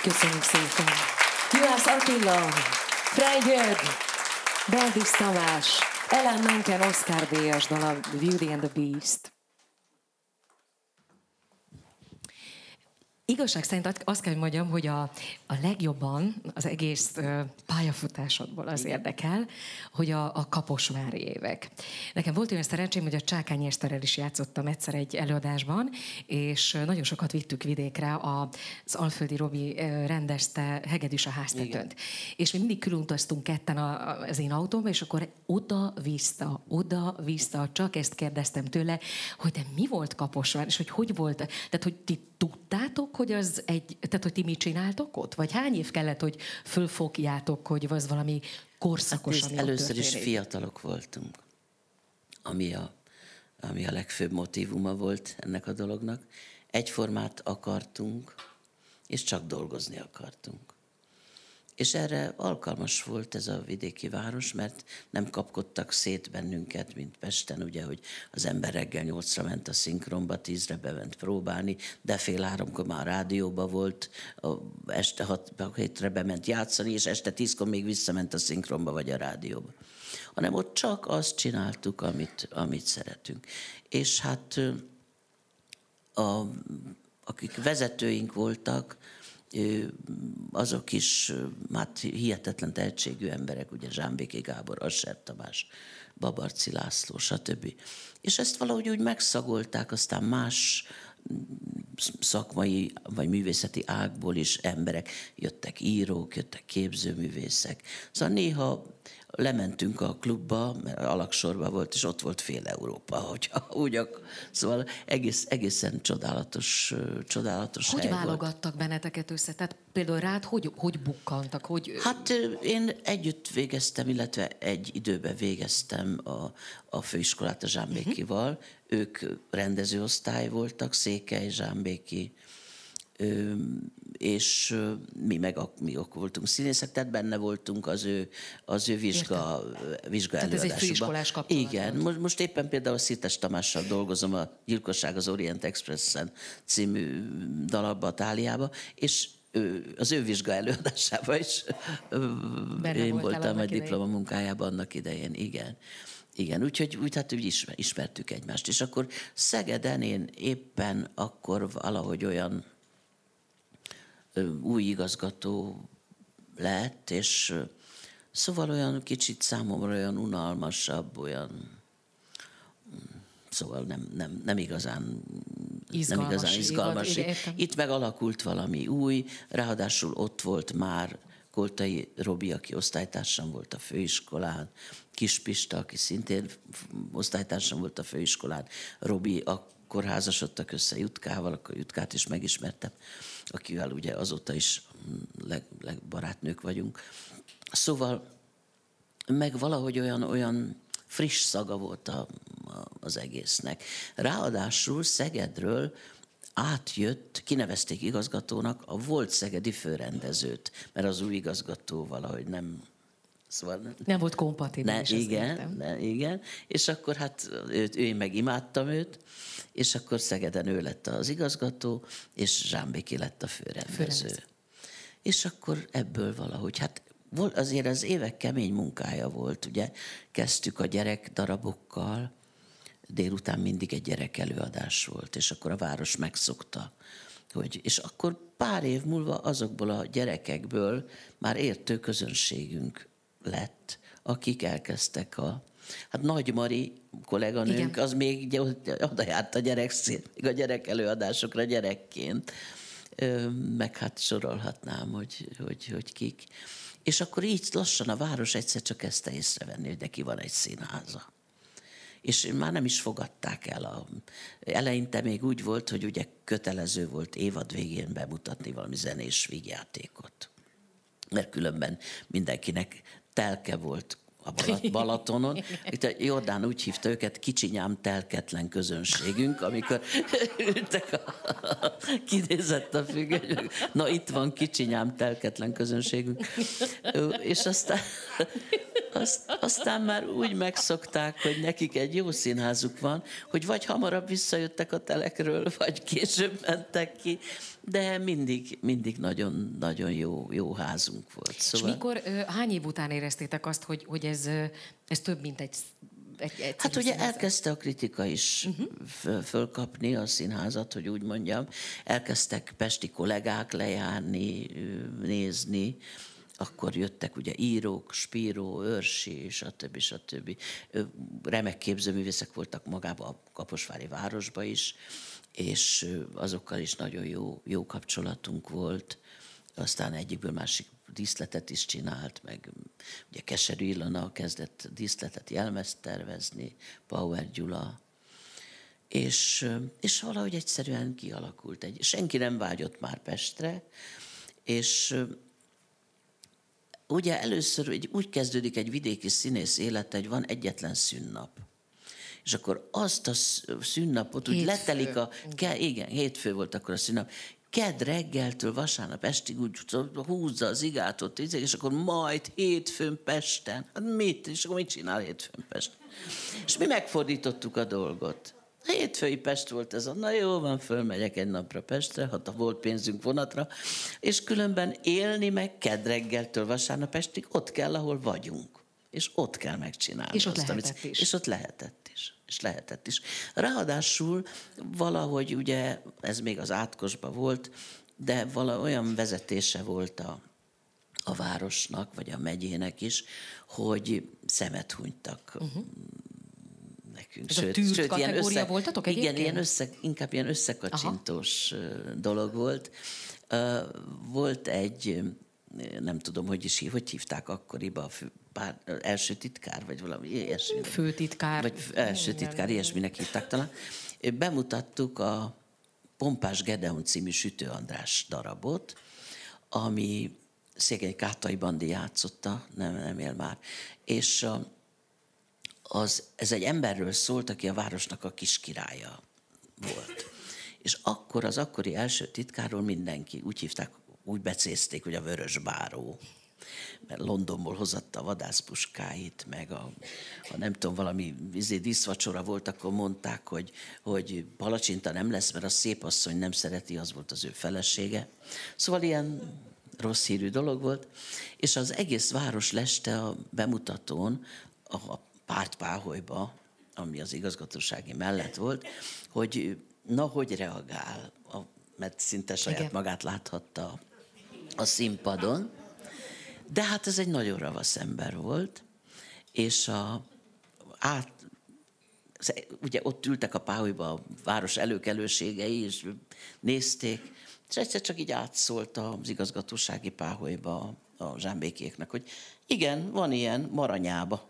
Köszönjük szépen. Juhász Attila, Frey Beldis Tamás, Ellen Menken Oscar díjas dal, a Beauty and the Beast. Igazság szerint azt kell, hogy mondjam, hogy a, a legjobban az egész uh, pályafutásodból az érdekel, hogy a, a kaposvári évek. Nekem volt olyan szerencsém, hogy a Csákányi Eszterrel is játszottam egyszer egy előadásban, és nagyon sokat vittük vidékre, az Alföldi Robi rendezte Hegedűs a háztetőnt. És mi mindig különutaztunk ketten az én autómba, és akkor oda-vissza, oda-vissza, csak ezt kérdeztem tőle, hogy de mi volt Kaposvár, és hogy hogy volt, tehát hogy ti tudtátok, hogy az egy, tehát hogy ti mit csináltok ott? Vagy hány év kellett, hogy fölfogjátok, hogy az valami korszakos, hát, ami először is történik? fiatalok voltunk, ami a, ami a legfőbb motívuma volt ennek a dolognak. Egyformát akartunk, és csak dolgozni akartunk. És erre alkalmas volt ez a vidéki város, mert nem kapkodtak szét bennünket, mint Pesten, ugye, hogy az ember reggel nyolcra ment a szinkronba, tízre bement próbálni, de fél háromkor már a rádióba volt, a este hat hétre bement játszani, és este tízkor még visszament a szinkronba vagy a rádióba. Hanem ott csak azt csináltuk, amit, amit szeretünk. És hát a, akik vezetőink voltak, azok is hát hihetetlen tehetségű emberek, ugye Zsámbéki Gábor, Asser Tamás, Babarczy László, stb. És ezt valahogy úgy megszagolták, aztán más szakmai vagy művészeti ágból is emberek, jöttek írók, jöttek képzőművészek. Szóval néha lementünk a klubba, mert alaksorban volt, és ott volt fél Európa, hogyha úgy ak- Szóval egész, egészen csodálatos, csodálatos Hogy hely válogattak volt. benneteket össze? Tehát például rád hogy, hogy bukkantak? Hogy... Hát én együtt végeztem, illetve egy időben végeztem a, a főiskolát a Zsámbékival. Uh-huh. Ők rendezőosztály voltak, Székely, Zsámbéki, Ö, és mi meg a, mi ok voltunk színészek, tehát benne voltunk az ő, az ő vizsga, vizsga tehát előadásukban. ez egy főiskolás kapcsolat. Igen, most, most éppen például Szirtes Tamással dolgozom a Gyilkosság az Orient Expressen című dalabba, Táliába, és ő, az ő vizsga előadásában is benne én voltam a diplomamunkájában annak idején, igen. Igen, úgyhogy úgy, hát úgy ismer, ismertük egymást. És akkor Szegeden én éppen akkor valahogy olyan új igazgató lett, és szóval olyan kicsit számomra olyan unalmasabb, olyan szóval nem, nem, nem igazán izgalmas. Nem igazán izgalmas. Igen, Itt meg alakult valami új, ráadásul ott volt már Koltai Robi, aki osztálytársam volt a főiskolán, Kis Pista, aki szintén osztálytársam volt a főiskolán, Robi akkor házasodtak össze Jutkával, akkor Jutkát is megismertem, akivel ugye azóta is leg, legbarátnők vagyunk. Szóval meg valahogy olyan, olyan friss szaga volt a, a, az egésznek. Ráadásul Szegedről átjött, kinevezték igazgatónak a volt szegedi főrendezőt, mert az új igazgató valahogy nem... Szóval nem, nem volt kompatibilis. Ne, igen, ne, igen, és akkor hát őt, én meg imádtam őt, és akkor Szegeden ő lett az igazgató, és Zsámbéki lett a főrendező. főrendező. És akkor ebből valahogy, hát azért az évek kemény munkája volt, ugye, kezdtük a gyerek darabokkal, délután mindig egy gyerek előadás volt, és akkor a város megszokta, hogy, és akkor pár év múlva azokból a gyerekekből már értő közönségünk lett, akik elkezdtek a... Hát Nagy Mari kolléganőnk, igen, az még oda járt a gyerekszín, még a gyerek előadásokra gyerekként, meg hát sorolhatnám, hogy, hogy, hogy kik. És akkor így lassan a város egyszer csak kezdte észrevenni, hogy neki van egy színháza. És már nem is fogadták el. A... Eleinte még úgy volt, hogy ugye kötelező volt évad végén bemutatni valami zenés vígjátékot. Mert különben mindenkinek telke volt a Balat- Balatonon. Itt a Jordán úgy hívta őket, kicsinyám telketlen közönségünk, amikor ültek a... Kinézett a függöny. Na itt van kicsinyám telketlen közönségünk. És aztán... Azt, aztán már úgy megszokták, hogy nekik egy jó színházuk van, hogy vagy hamarabb visszajöttek a telekről, vagy később mentek ki, de mindig, mindig nagyon, nagyon jó, jó házunk volt. Szóval... És mikor, hány év után éreztétek azt, hogy, hogy ez, ez több, mint egy... Egy, egy hát ugye színházat? elkezdte a kritika is uh-huh. fölkapni a színházat, hogy úgy mondjam. Elkezdtek pesti kollégák lejárni, nézni, akkor jöttek ugye írók, Spíró, Őrsi, stb. stb. Remek képzőművészek voltak magában a Kaposvári városba is, és azokkal is nagyon jó, jó kapcsolatunk volt. Aztán egyikből másik díszletet is csinált, meg ugye Keserű Ilona kezdett díszletet, jelmezt tervezni, Bauer Gyula, és, és valahogy egyszerűen kialakult. Egy, senki nem vágyott már Pestre, és ugye először egy, úgy kezdődik egy vidéki színész élete, hogy van egyetlen szünnap. És akkor azt a szünnapot úgy hétfő. letelik a... Ke, igen, hétfő volt akkor a szünnap. Kedd reggeltől vasárnap estig úgy húzza az igátot, és akkor majd hétfőn Pesten. Hát mit? És akkor mit csinál hétfőn Pesten? És mi megfordítottuk a dolgot. A hétfői Pest volt ez a, na jó, van, fölmegyek egy napra Pestre, ha volt pénzünk vonatra, és különben élni meg kedd reggeltől vasárnap estig, ott kell, ahol vagyunk. És ott kell megcsinálni. És ott azt, lehetett amit, is. És ott lehetett is. És lehetett is. Ráadásul valahogy ugye, ez még az Átkosban volt, de vala olyan vezetése volt a, a városnak, vagy a megyének is, hogy szemet hunytak uh-huh. nekünk. Ez sőt, a tűrt sőt, kategória ilyen össze, voltatok egyébként? Igen, ilyen össze, inkább ilyen összekacsintós Aha. dolog volt. Volt egy, nem tudom, hogy is hogy hívták akkoriban, a fő, pár, első titkár, vagy valami ilyesmi. Főtitkár. Vagy első titkár, ilyesminek hívták talán. Bemutattuk a Pompás Gedeon című Sütő András darabot, ami Székely Kátai Bandi játszotta, nem, nem él már. És a, az, ez egy emberről szólt, aki a városnak a kiskirálya volt. És akkor az akkori első titkárról mindenki, úgy hívták, úgy becézték, hogy a Vörös Báró. Mert Londonból hozatta a vadászpuskáit, meg a, ha nem tudom, valami izé, díszvacsora volt, akkor mondták, hogy, hogy palacsinta nem lesz, mert a szép asszony nem szereti, az volt az ő felesége. Szóval ilyen rossz hírű dolog volt. És az egész város leste a bemutatón, a Pártpáholyba, ami az igazgatósági mellett volt, hogy na, hogy reagál, a, mert szinte saját Igen. magát láthatta a színpadon. De hát ez egy nagyon ravasz ember volt, és a, át, ugye ott ültek a Páholyba a város előkelőségei, és nézték, és egyszer csak így átszólt az igazgatósági Páholyba a Zsámbékieknek, hogy igen, van ilyen Maranyába.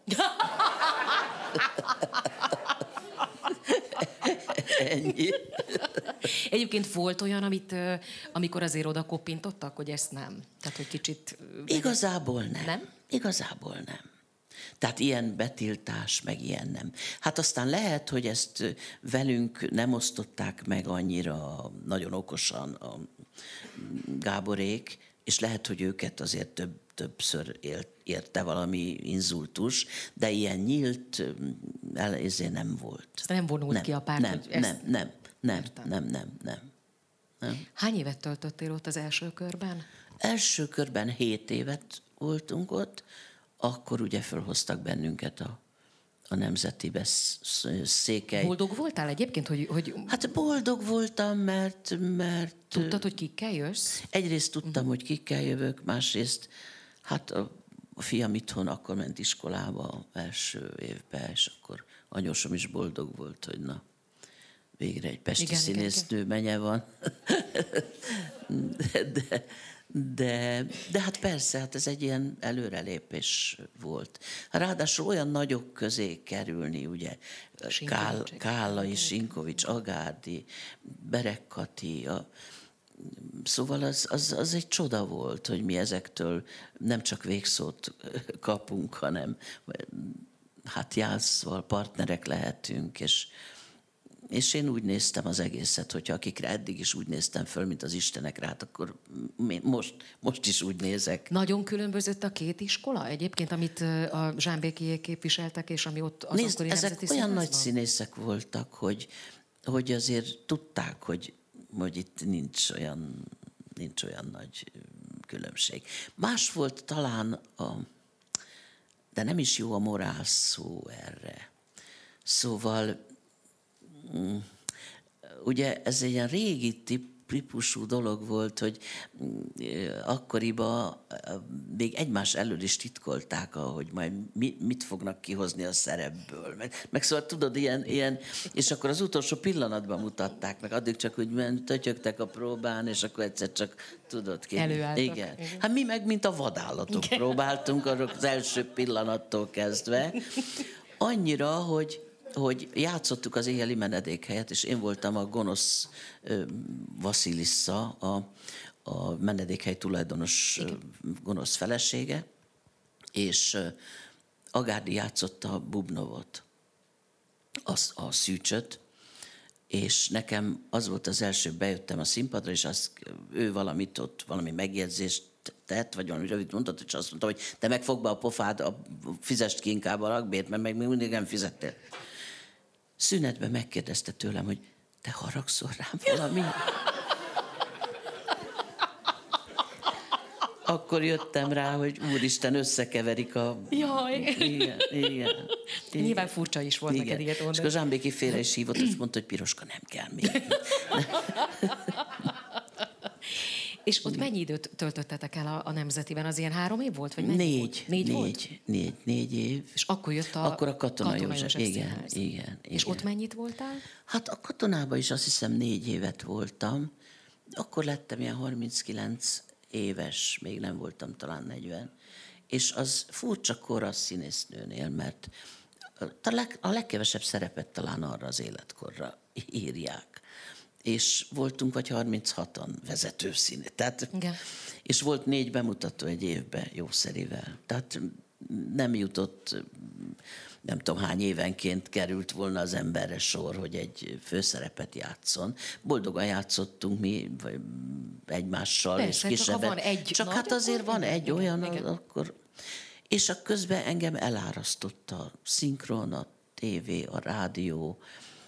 Ennyi. Egyébként volt olyan, amit, amikor azért oda koppintottak, hogy ezt nem? Tehát, hogy kicsit... Igazából nem. Nem? Igazából nem. Tehát ilyen betiltás, meg ilyen nem. Hát aztán lehet, hogy ezt velünk nem osztották meg annyira nagyon okosan a Gáborék, és lehet, hogy őket azért több, többször élt, érte valami inzultus, de ilyen nyílt ezért nem volt. Aztán nem vonult nem, ki a párt, nem, hogy ezt... nem, nem, nem, nem, nem, nem, nem. Hány évet töltöttél ott az első körben? Első körben hét évet voltunk ott, akkor ugye fölhoztak bennünket a, a Nemzetibe Székely. Boldog voltál egyébként, hogy... hogy... Hát boldog voltam, mert... mert Tudtad, hogy kikkel jössz? Egyrészt tudtam, uh-huh. hogy kikkel jövök, másrészt hát a, a fiam itthon akkor ment iskolába első évben, és akkor anyósom is boldog volt, hogy na, végre egy pesti igen, színésznő igen, menye van. de, de, de, de hát persze, hát ez egy ilyen előrelépés volt. Ráadásul olyan nagyok közé kerülni, ugye, Kál, Kállai, Sinkovics, Agárdi, Berek Kati, a, szóval az, az, az egy csoda volt, hogy mi ezektől nem csak végszót kapunk, hanem hát jászval partnerek lehetünk, és és én úgy néztem az egészet, hogyha akikre eddig is úgy néztem föl, mint az istenekre, hát akkor most, most is úgy nézek. Nagyon különbözött a két iskola egyébként, amit a Zsámbékiék képviseltek, és ami ott az Nézd, akkori ezek Nemzeti olyan Színházban? nagy színészek voltak, hogy, hogy azért tudták, hogy, hogy itt nincs olyan, nincs olyan nagy különbség. Más volt talán a... De nem is jó a morál szó erre. Szóval, ugye ez egy ilyen régi típusú dolog volt, hogy akkoriban még egymás elől is titkolták, hogy majd mit fognak kihozni a szerepből. Meg, meg szóval tudod, ilyen, ilyen, és akkor az utolsó pillanatban mutatták meg, addig csak úgy tötyögtek a próbán, és akkor egyszer csak tudod ki. Előálltak. Igen. Hát mi meg, mint a vadállatok Igen. próbáltunk az első pillanattól kezdve. Annyira, hogy hogy játszottuk az éjjeli menedékhelyet, és én voltam a gonosz uh, Vasilissa, a, a menedékhely tulajdonos uh, gonosz felesége, és uh, Agárdi játszotta a Bubnovot, a, a Szűcsöt, és nekem az volt az első, bejöttem a színpadra, és az, ő valamit ott, valami megjegyzést tett, vagy valami rövid mondat, és azt mondta, hogy te megfogd be a pofád, a, fizest ki inkább a lakbért, mert meg még mindig nem fizettél. Szünetben megkérdezte tőlem, hogy te haragszol rám valami? Akkor jöttem rá, hogy úristen, összekeverik a... Jaj! Igen, igen. igen. Nyilván furcsa is volt igen. neked ilyet mondani. És akkor Zsámbéki félre is hívott, és mondta, hogy Piroska, nem kell még. És ott mennyi időt töltöttetek el a, a Nemzetiben? Az ilyen három év volt? Vagy négy. Volt? Négy, négy, volt? négy, négy év. És akkor jött a Akkor a Katona, Katona József. József Igen, Színház. igen, igen. És ott mennyit voltál? Hát a Katonában is azt hiszem négy évet voltam. Akkor lettem ilyen harminckilenc éves, még nem voltam talán negyven. És az furcsa kor a színésznőnél, mert a, leg, a legkevesebb szerepet talán arra az életkorra írják. És voltunk vagy harminchatan vezetőszíné. Tehát, és volt négy bemutató egy évben jószerivel. Tehát nem jutott, nem tudom hány évenként került volna az emberre sor, hogy egy főszerepet játszon. Boldogan játszottunk mi vagy egymással. Persze, és csak ha van egy Csak nagy, hát azért akkor van igen, egy igen, olyan, igen. akkor... És a közben engem elárasztott a szinkron, a tévé, a rádió,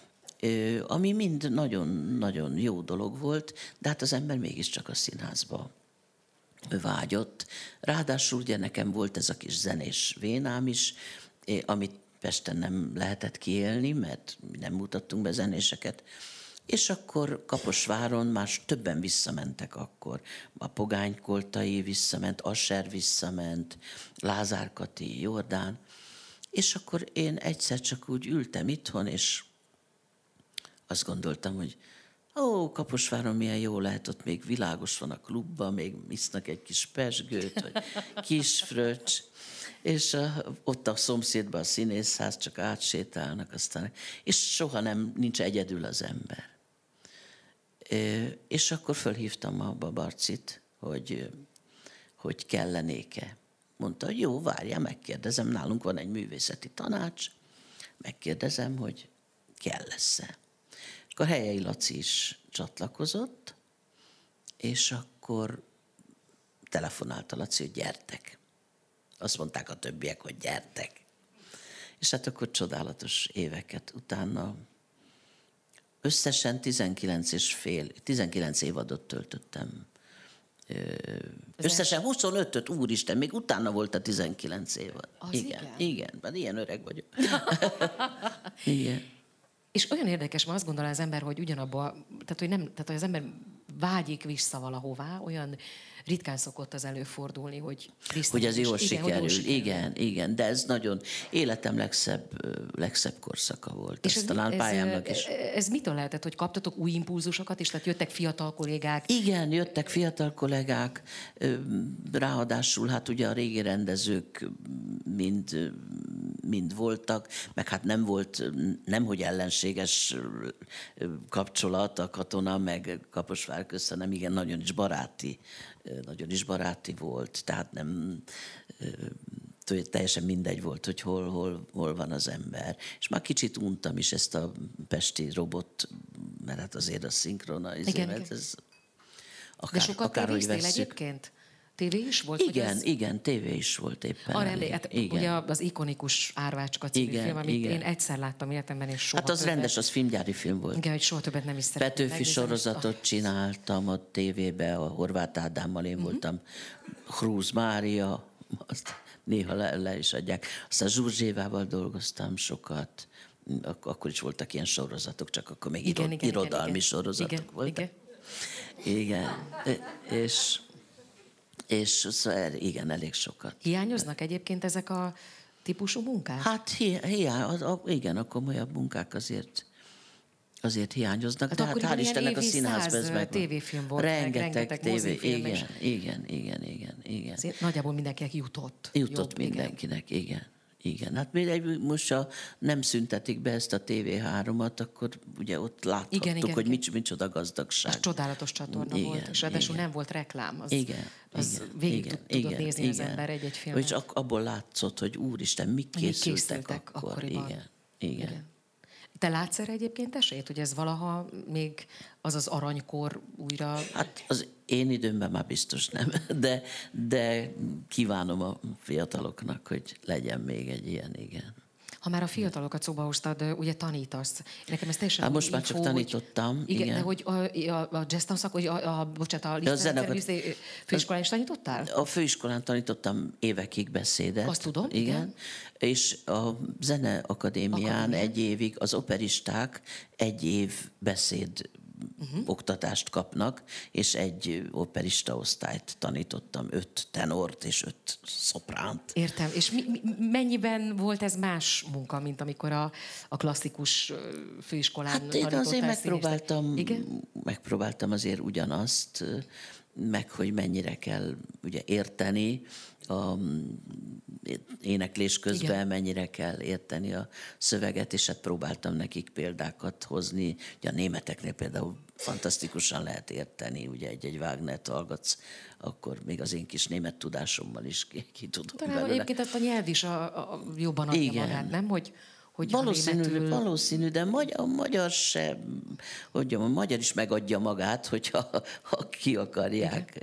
ami mind nagyon-nagyon jó dolog volt, de hát az ember mégiscsak a színházba vágyott. Ráadásul ugye nekem volt ez a kis zenés vénám is, amit Pesten nem lehetett kiélni, mert mi nem mutattunk be zenéseket, és akkor Kaposváron már többen visszamentek akkor. A Pogány Koltai visszament, Asser visszament, Lázár Kati, Jordán, és akkor én egyszer csak úgy ültem itthon, és azt gondoltam, hogy ó, Kaposváron milyen jó lehet, ott még világos van a klubban, még isznak egy kis pezsgőt, vagy kis fröccs, és a, ott a szomszédban a színészház, csak átsétálnak aztán, és soha nem, nincs egyedül az ember. É, és akkor fölhívtam a Babarcit, hogy, hogy kellenéke. Mondta, hogy jó, várjál, megkérdezem, nálunk van egy művészeti tanács, megkérdezem, hogy kell lesz-e. A Helyei Laci is csatlakozott, és akkor telefonált a Laci, hogy gyertek. Azt mondták a többiek, hogy gyertek. És hát akkor csodálatos éveket utána összesen tizenkilenc és fél, tizenkilenc évadot töltöttem. Összesen huszonötöt, úristen, még utána volt a tizenkilenc évad. Az igen, igen, igen, mert ilyen öreg vagyok. Igen. És olyan érdekes, mert azt gondolja az ember, hogy ugyanabban, tehát hogy, nem, tehát hogy az ember vágyik vissza valahová, olyan ritkán szokott az előfordulni, hogy Hogy ez jól igen, sikerül. hogy jól sikerül. Igen, igen, de ez nagyon életem legszebb, legszebb korszaka volt. És ez talán ez, pályámnak is. Ez mitől lehetett, hogy kaptatok új impulzusokat, és tehát jöttek fiatal kollégák? Igen, jöttek fiatal kollégák, ráadásul hát ugye a régi rendezők mind, mind voltak, meg hát nem volt, nemhogy ellenséges kapcsolat a Katona, meg Kaposvár közt, hanem igen, nagyon is baráti, nagyon is baráti volt, tehát nem teljesen mindegy volt, hogy hol, hol, hol van az ember. És már kicsit untam is ezt a pesti robot, mert hát azért a szinkrona, Igen, mert igen. ez Akár, De sokat tévéztél egyébként? Tévé is volt? Igen, az... igen, tévé is volt éppen. Arra emlék, hát ugye az ikonikus Árvácska című igen, film, amit igen. én egyszer láttam életemben, és soha Hát az többet. rendes, az filmgyári film volt. Igen, hogy soha többet nem is szeretném Petőfi megnézni. sorozatot csináltam a tévébe, a Horváth Ádámmal én uh-huh. voltam. Hrúz Mária, azt néha le, le is adják. Aztán Zsurzsévával dolgoztam sokat. Ak- akkor is voltak ilyen sorozatok, csak akkor még igen, iro- igen, irodalmi igen, sorozatok igen, voltak. Igen. Igen. És, és szóval igen, elég sokat. Hiányoznak egyébként ezek a típusú munkák? Hát hi- hiány, az, a, igen, a komolyabb munkák azért azért hiányoznak, Hát de hát hál' Istennek a színházban ez meg tévéfilm volt, rengeteg, meg, rengeteg tévé, mozifilm, igen, és igen, igen, igen, igen. azért nagyjából mindenkinek jutott. Jutott Jobb, mindenkinek, igen. igen. Igen, hát még most ha nem szüntetik be ezt a té vé háromat, akkor ugye ott láthattuk, igen, igen, hogy igen. Mics, micsoda gazdagság. Az csodálatos csatorna igen, volt, és ráadásul igen. nem volt reklám. Az, igen, az igen, végig igen, tudod igen, nézni igen. az ember egy-egy filmet. És ak- abból látszott, hogy úristen, mik Mik készültek, készültek akkor. akkoriban. Igen, igen. Igen. Te látsz erre egyébként esélyt, hogy ez valaha még az az aranykor újra... Hát az én időmben már biztos nem, de, de kívánom a fiataloknak, hogy legyen még egy ilyen, igen. Ha már a fiatalokat szóba hoztad, ugye tanítasz. Nekem ez teljesen Hát új most már info, csak tanítottam, Hogy, igen, igen. de hogy a, a, a jazz tanszak, hogy a, a, bocsánat, a zenekar- Lisztán főiskolán is tanítottál? A főiskolán tanítottam évekig beszédet. Azt tudom, igen. igen. És a Zeneakadémián Akadémián. egy évig az operisták egy év beszéd uh-huh. oktatást kapnak, és egy operista osztályt tanítottam, öt tenort és öt szopránt. Értem. És mi, mi, mennyiben volt ez más munka, mint amikor a, a klasszikus ö, főiskolán Hát én tanítottál azért színésznek? megpróbáltam, Igen? megpróbáltam azért ugyanazt, meg hogy mennyire kell ugye érteni a éneklés közben, Igen. mennyire kell érteni a szöveget, és hát próbáltam nekik példákat hozni. Ugye a németeknél például fantasztikusan lehet érteni, ugye egy-egy Wagnert hallgatsz, akkor még az én kis német tudásommal is ki, ki tudom Talán belőle. egyébként azt a nyelv is a, a, jobban adja Igen. magát, nem? Hogy, hogy Valószínű, németül... valószínű, de magyar, a magyar se, hogy mondjam, a magyar is megadja magát, hogyha ha ki akarják,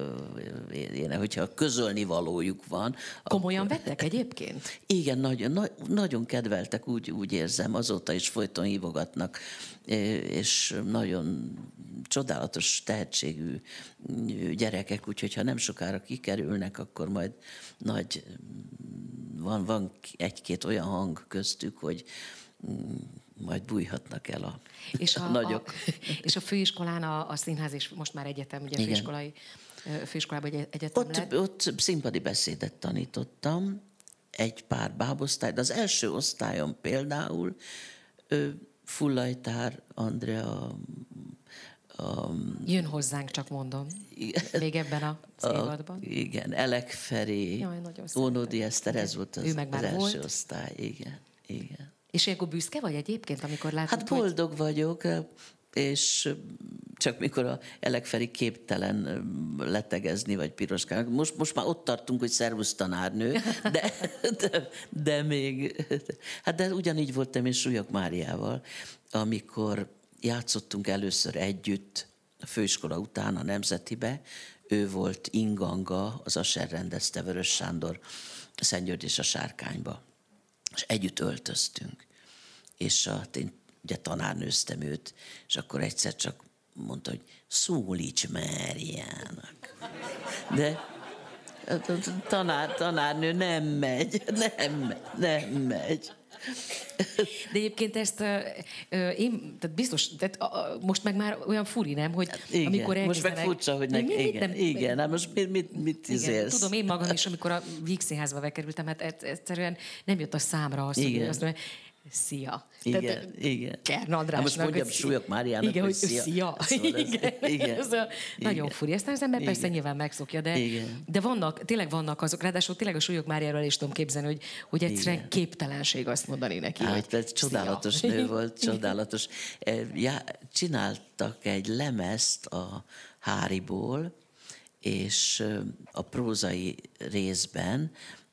én, hogyha közölni valójuk van. Komolyan akkor... vettek egyébként? Igen, nagyon, na, nagyon kedveltek, úgy, úgy érzem, azóta is folyton hívogatnak, és nagyon csodálatos tehetségű gyerekek, úgyhogy ha nem sokára kikerülnek, akkor majd nagy, van, van egy-két olyan hang köztük, hogy majd bújhatnak el a, és a, a nagyok. A, és a főiskolán a, a színház, és most már egyetem, ugye Igen. főiskolai, főiskolában egy egyetem Ott, lett. ott színpadi beszédet tanítottam, egy pár bábosztály, de az első osztályon például ő, Fullajtár Andrea, a, Jön hozzánk, csak mondom. Igen. Még ebben a évadban. Igen, Elek Feri, Jaj, nagyon szeretem. Ónodi Eszter, ez volt az, Ő meg az már első volt. osztály. Igen, igen. És ilyenkor büszke vagy egyébként, amikor látod, Hát boldog vagyok, és csak mikor a Elek Feri képtelen letegezni, vagy piroskálni. Most, most már ott tartunk, hogy szervusz tanárnő, de, de, de még... Hát de ugyanígy voltam én Súlyog Máriával, amikor játszottunk először együtt a főiskola után a Nemzetibe. Ő volt inganga, az Asser rendezte, Vörös Sándor, Szent György és a Sárkányba. És együtt öltöztünk. És a, én ugye tanárnőztem őt, és akkor egyszer csak mondta, hogy szólíts Máriának. De a tanár, tanárnő nem megy, nem, nem megy. De egyébként ezt uh, uh, én, tehát biztos, tehát, uh, most meg már olyan furi, nem, hogy Igen, amikor most meg furcsa, hogy nek, mi, mit igen, nem, igen, hát most mit, mit, mit igen, izélsz? tudom, én magam is, amikor a Víg Színházba bekerültem, hát egyszerűen nem jött a számra az, hogy azt mondja, szia. Igen, Tehát, igen. Kern Andrásnak. Hát most mondjam hogy Súlyog Máriának, igen, hogy hogy szia. szia. Szóval ez- igen. igen. Ez a, nagyon Igen. furi. Ezt az ember persze Igen. nyilván megszokja, de, Igen. de vannak, tényleg vannak azok, ráadásul tényleg a Súlyog Máriáról is tudom képzelni, hogy, hogy egyszerűen Igen. képtelenség azt mondani neki, Hát, hogy ez csodálatos szia. nő volt, csodálatos. Já, csináltak egy lemezt a Háriból, és a prózai részben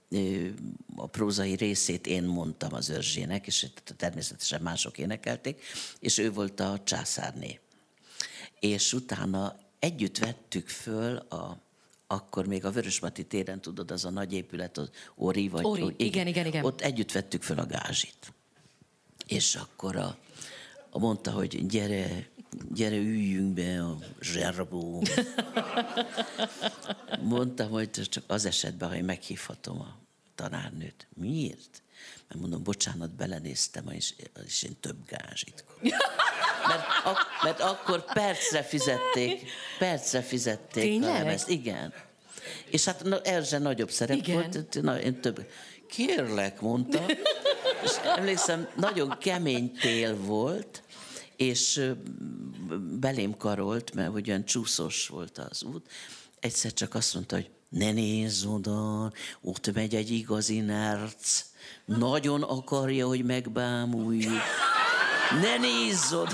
a prózai részét én mondtam az Erzsének, és természetesen mások énekelték, és ő volt a császárné. És utána együtt vettük föl a, akkor még a Vörösmarty téren, tudod, az a nagy épület, az Ori, vagy... Ori, igen, igen, igen, igen. Ott együtt vettük föl a gázsit. És akkor a, a mondta, hogy gyere, gyere üljünk be a zserbó. Mondtam, hogy csak az esetben, ha meghívhatom a tanárnőt. Miért? Mert mondom, bocsánat, belenéztem, és, és én több gázsit kaptam. Mert, ak- mert akkor percre fizették, percre fizették Tényleg? a lemezt. Igen. És hát na, Erzse nagyobb szerep Igen. volt, na, én több. Kérlek, mondta. És emlékszem, nagyon kemény tél volt, és ö, belém karolt, mert ugyan csúszós volt az út. Egyszer csak azt mondta, hogy ne nézz oda, ott megy egy igazi nerc. Nagyon akarja, hogy megbámuljuk. Ne nézz oda!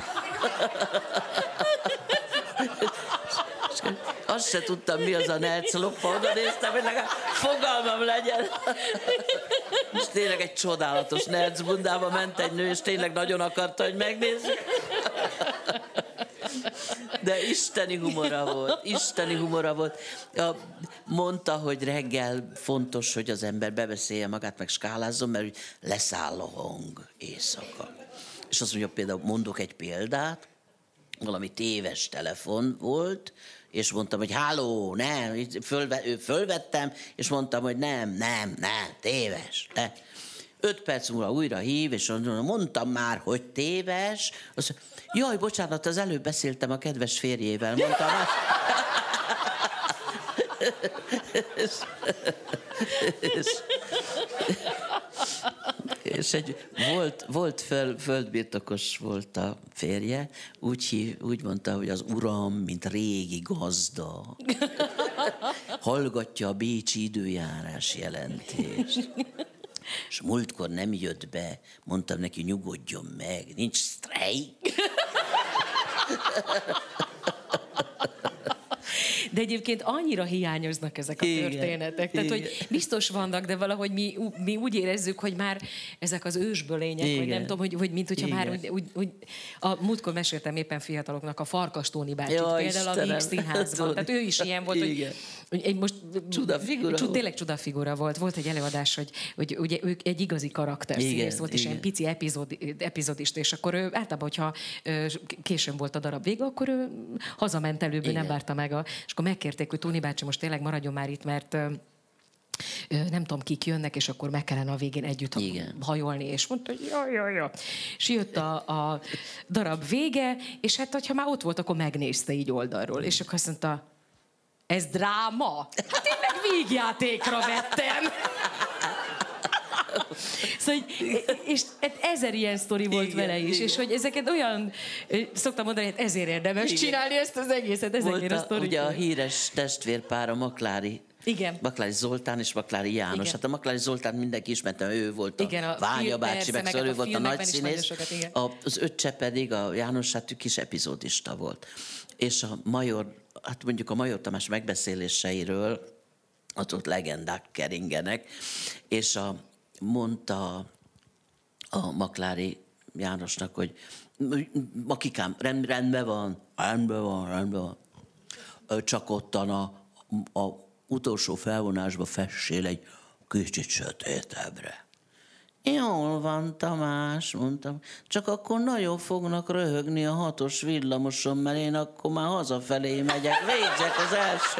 Azt se tudtam, mi az a nerc, lopva oda néztem, hogy legalább fogalmam legyen. És tényleg egy csodálatos nerc bundába ment egy nő, és tényleg nagyon akarta, hogy megnézzük. De isteni humora volt, isteni humora volt. Mondta, hogy reggel fontos, hogy az ember bebeszélje magát, meg skálázzon, mert úgy leszáll a hang éjszaka. És azt mondja, például mondok egy példát, valami téves telefon volt, és mondtam, hogy háló, nem, fölve, fölvettem, és mondtam, hogy nem, nem, nem, téves. Ne. Öt perc múlva újra hív, és mondtam már, hogy téves. Azt mondja, jaj, bocsánat, az előbb beszéltem a kedves férjével, mondtam. és, és, és egy, volt, volt föl, földbirtokos volt a férje, úgy, hív, úgy mondta, hogy az uram, mint régi gazda, hallgatja a bécsi időjárás jelentést. És múltkor nem jött be, mondtam neki, nyugodjon meg, nincs sztrájk. De egyébként annyira hiányoznak ezek a Igen, történetek. Tehát, igen. hogy biztos vannak, de valahogy mi, mi úgy érezzük, hogy már ezek az ősbölények, Igen. vagy nem tudom, hogy, hogy mint hogyha Igen. már úgy, úgy, úgy, a múltkor meséltem éppen fiataloknak a Farkas Tóni bácsit, Jaj, például a Istenem. Víg Színházban. Tehát ő is ilyen volt, Igen. hogy, hogy egy most Csodafigura Csod, volt. tényleg csodafigura volt. Volt egy előadás, hogy, hogy ugye ő egy igazi karakter Igen, színész volt, és igen. ilyen pici epizod, epizodista, és akkor ő általában, hogyha ö, későn volt a darab vége, akkor ő hazament előbb, ő nem Igen. várta meg. A, és akkor megkérték, hogy Tóni bácsi most tényleg maradjon már itt, mert ö, ö, nem tudom, kik jönnek, és akkor meg kellene a végén együtt Igen. hajolni, és mondta, hogy jaj, jaj, jaj. És jött a, a darab vége, és hát, hogyha már ott volt, akkor megnézte így oldalról, és akkor azt mondta, ez dráma? Hát én meg vígjátékra vettem. Szóval, és ezer ilyen sztori volt Igen, vele is, igen. és hogy ezeket olyan, szoktam mondani, hogy ezért érdemes Igen. csinálni ezt az egészet, ezekért Volt a a, sztorikért. ugye a híres testvérpár, a Maklári. Igen. Maklári Zoltán és Maklári János. Igen. Hát a Maklári Zoltán mindenki ismerte, ő volt a, Igen, a Ványa film- bácsi, persze, meg meg szóval ő a volt a filmekben nagy is színész. nagyon sokat, igen. A, az öccse pedig, a János, hát ő kis epizódista volt. És a Major, hát mondjuk a Major Tamás megbeszéléseiről, ott ott legendák keringenek, és a, mondta a Maklári Jánosnak, hogy Makikám, rend, rendben van, rendben van, rendben van. Ö, Csak ottan a, a utolsó felvonásba fessél egy kicsit sötétebbre. Jól van, Tamás, mondtam. Csak akkor nagyon fognak röhögni a hatos villamoson, mert én akkor már hazafelé megyek. Végzek az első.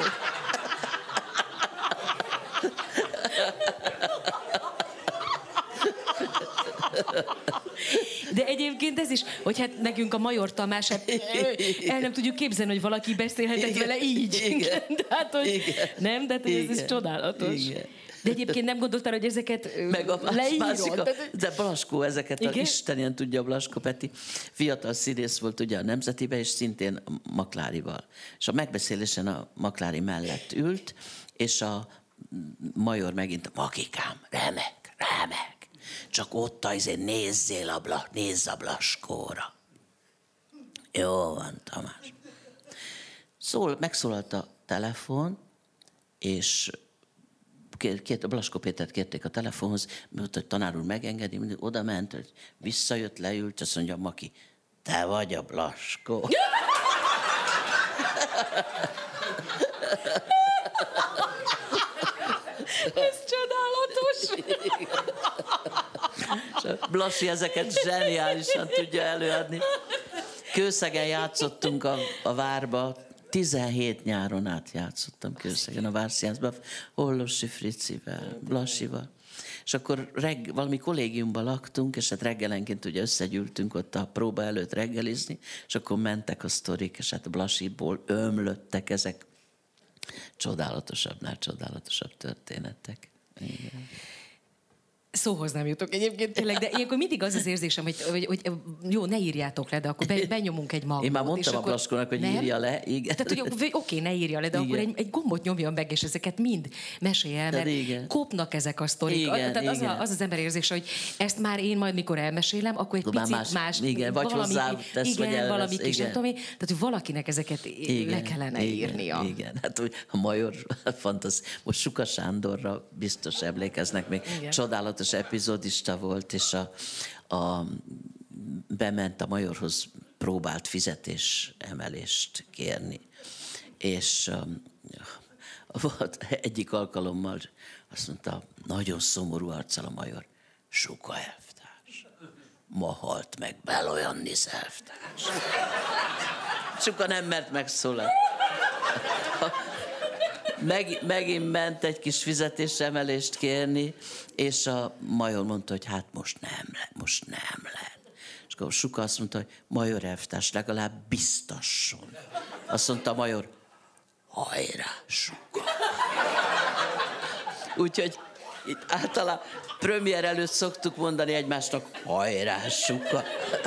De egyébként ez is, hogy hát nekünk a Major Tamás, hát el nem tudjuk képzelni, hogy valaki beszélhetett Igen, vele így. igen, Tehát, hogy igen, nem, de hát, hogy ez, ez igen, csodálatos. igen. De egyébként nem gondoltál, hogy ezeket ö, Meg a leírod? másik, a, Tehát- de Blaskó ezeket, a, Igen? Isten ilyen tudja, Blaskó Peti, fiatal színész volt ugye a Nemzetiben, és szintén Maklárival. És a megbeszélésen a Maklári mellett ült, és a Major megint, Makikám, remek, remek, csak ott azért nézzél a, Bla, nézz a Blaskóra. Jó van, Tamás. Szól, megszólalt a telefon, és két, két Blaskó Pétert kérték a telefonhoz, mert hogy tanár úr megengedi, mindig oda ment, hogy visszajött, leült, azt mondja, Maki, te vagy a Blaskó. Ez csodálatos! Blasi ezeket zseniálisan tudja előadni. Kőszegen játszottunk a, a várba, tizenhét nyáron át játszottam Kőszegen a Várszínházban, Hollósi Fricivel, Blasival. És akkor reg, valami kollégiumban laktunk, és hát reggelenként ugye összegyűltünk ott a próba előtt reggelizni, és akkor mentek a sztorik, és hát Blasiból ömlöttek ezek csodálatosabbnál csodálatosabb történetek. Igen. Szóhoz nem jutok egyébként tényleg, de ilyenkor mindig az az érzésem, hogy, hogy, hogy jó, ne írjátok le, de akkor be, benyomunk egy magnót. Én már mondtam a Blaskónak, hogy nem? írja le. Igen. Tehát, hogy oké, ne írja le, de igen. akkor egy, egy gombot nyomjon meg, és ezeket mind mesélj el, mert igen. kopnak ezek a sztorik. Igen, Tehát igen. Az, a, az az ember érzése, hogy ezt már én majd mikor elmesélem, akkor egy picit más, más igen, vagy valami, hozzá tesz, igen, vagy valami kis, nem tudom én, tehát hogy valakinek ezeket igen, le kellene igen, írnia. Igen, hát a Major fantasztikus. Most Suka Sándorra biztos emlékeznek még. Igen. Csodálatos epizódista volt, és a, a, bement a Majorhoz, próbált fizetésemelést kérni. És um, volt egyik alkalommal azt mondta, nagyon szomorú arccal a Major, Suka elvtárs, ma halt meg Bel Jannis elvtárs. Suka nem mert megszólal. Meg, megint ment egy kis fizetésemelést kérni, és a Major mondta, hogy hát most nem lehet, most nem lehet. És akkor Suka azt mondta, hogy Major elvtárs, legalább biztasson. Azt mondta a Major, hajrá, Suka. Úgyhogy itt általában premier előtt szoktuk mondani egymásnak, hajrá, Suka.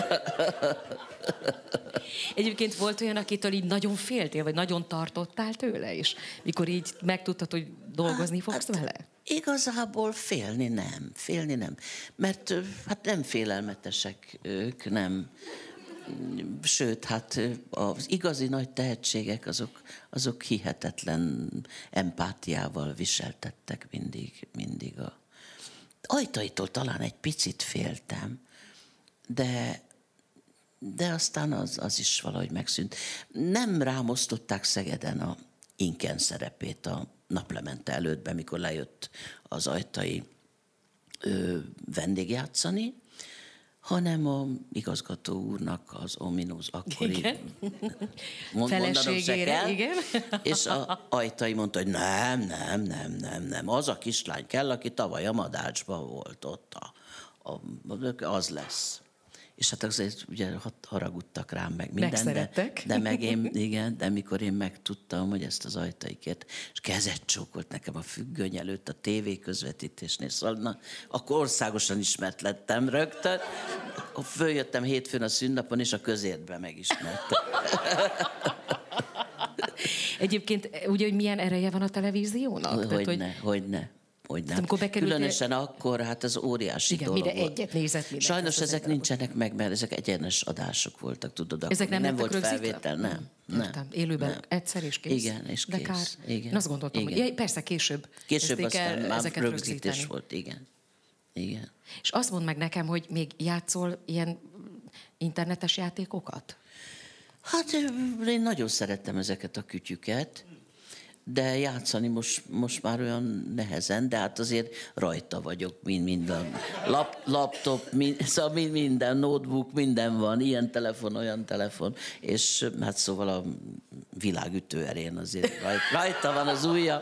Egyébként volt olyan, akitől így nagyon féltél, vagy nagyon tartottál tőle is? Mikor így megtudtad, hogy dolgozni fogsz hát, vele? Igazából félni nem, félni nem. Mert hát nem félelmetesek ők, nem. Sőt, hát az igazi nagy tehetségek, azok, azok hihetetlen empátiával viseltettek mindig, mindig a... Ajtaitól talán egy picit féltem, de... de aztán az, az is valahogy megszűnt. Nem rám osztották Szegeden a Inken szerepét a Naplemente előttben, mikor lejött az Ajtai ö, vendégjátszani, hanem a igazgató úrnak az ominóz akkori mondanom se kell, igen. És a Ajtai mondta, hogy nem, nem, nem, nem, nem, az a kislány kell, aki tavaly a Madácsban volt ott, a, a, az lesz. És hát azért ugye haragudtak rám meg minden, de, de meg én, igen, de mikor én megtudtam, hogy ezt az Ajtaikért, és kezet csókolt nekem a függöny előtt a tévé közvetítésnél, szóval na, akkor országosan ismert lettem rögtön. Följöttem hétfőn a szünnapon, és a közértbe megismertem. Egyébként ugye, hogy milyen ereje van a televíziónak? Hogyne, Tehát, hogy... hogyne. Hogy nem. Bekerült, Különösen akkor, hát az óriási igen, dolog mire volt. egyet nézett, mire sajnos ezek nincsenek meg, mert ezek egyenes adások voltak, tudod. Ezek nem, nem volt rögzítve? felvétel, nem. nem. Értem, élőben nem. Egyszer és kész. Igen, és de kész. Kár. Igen. Én azt gondoltam, igen. hogy ja, persze később. Később aztán már rögzítés rögzíteni. volt, igen. igen. És azt mondd meg nekem, hogy még játszol ilyen internetes játékokat? Hát én nagyon szerettem ezeket a kütyüket, de játszani most, most már olyan nehezen, de hát azért rajta vagyok, mind, minden. Lap, laptop, mind, szóval mind, minden, notebook, minden van, ilyen telefon, olyan telefon, és hát szóval a világ ütőerén azért rajta, rajta van az ujja.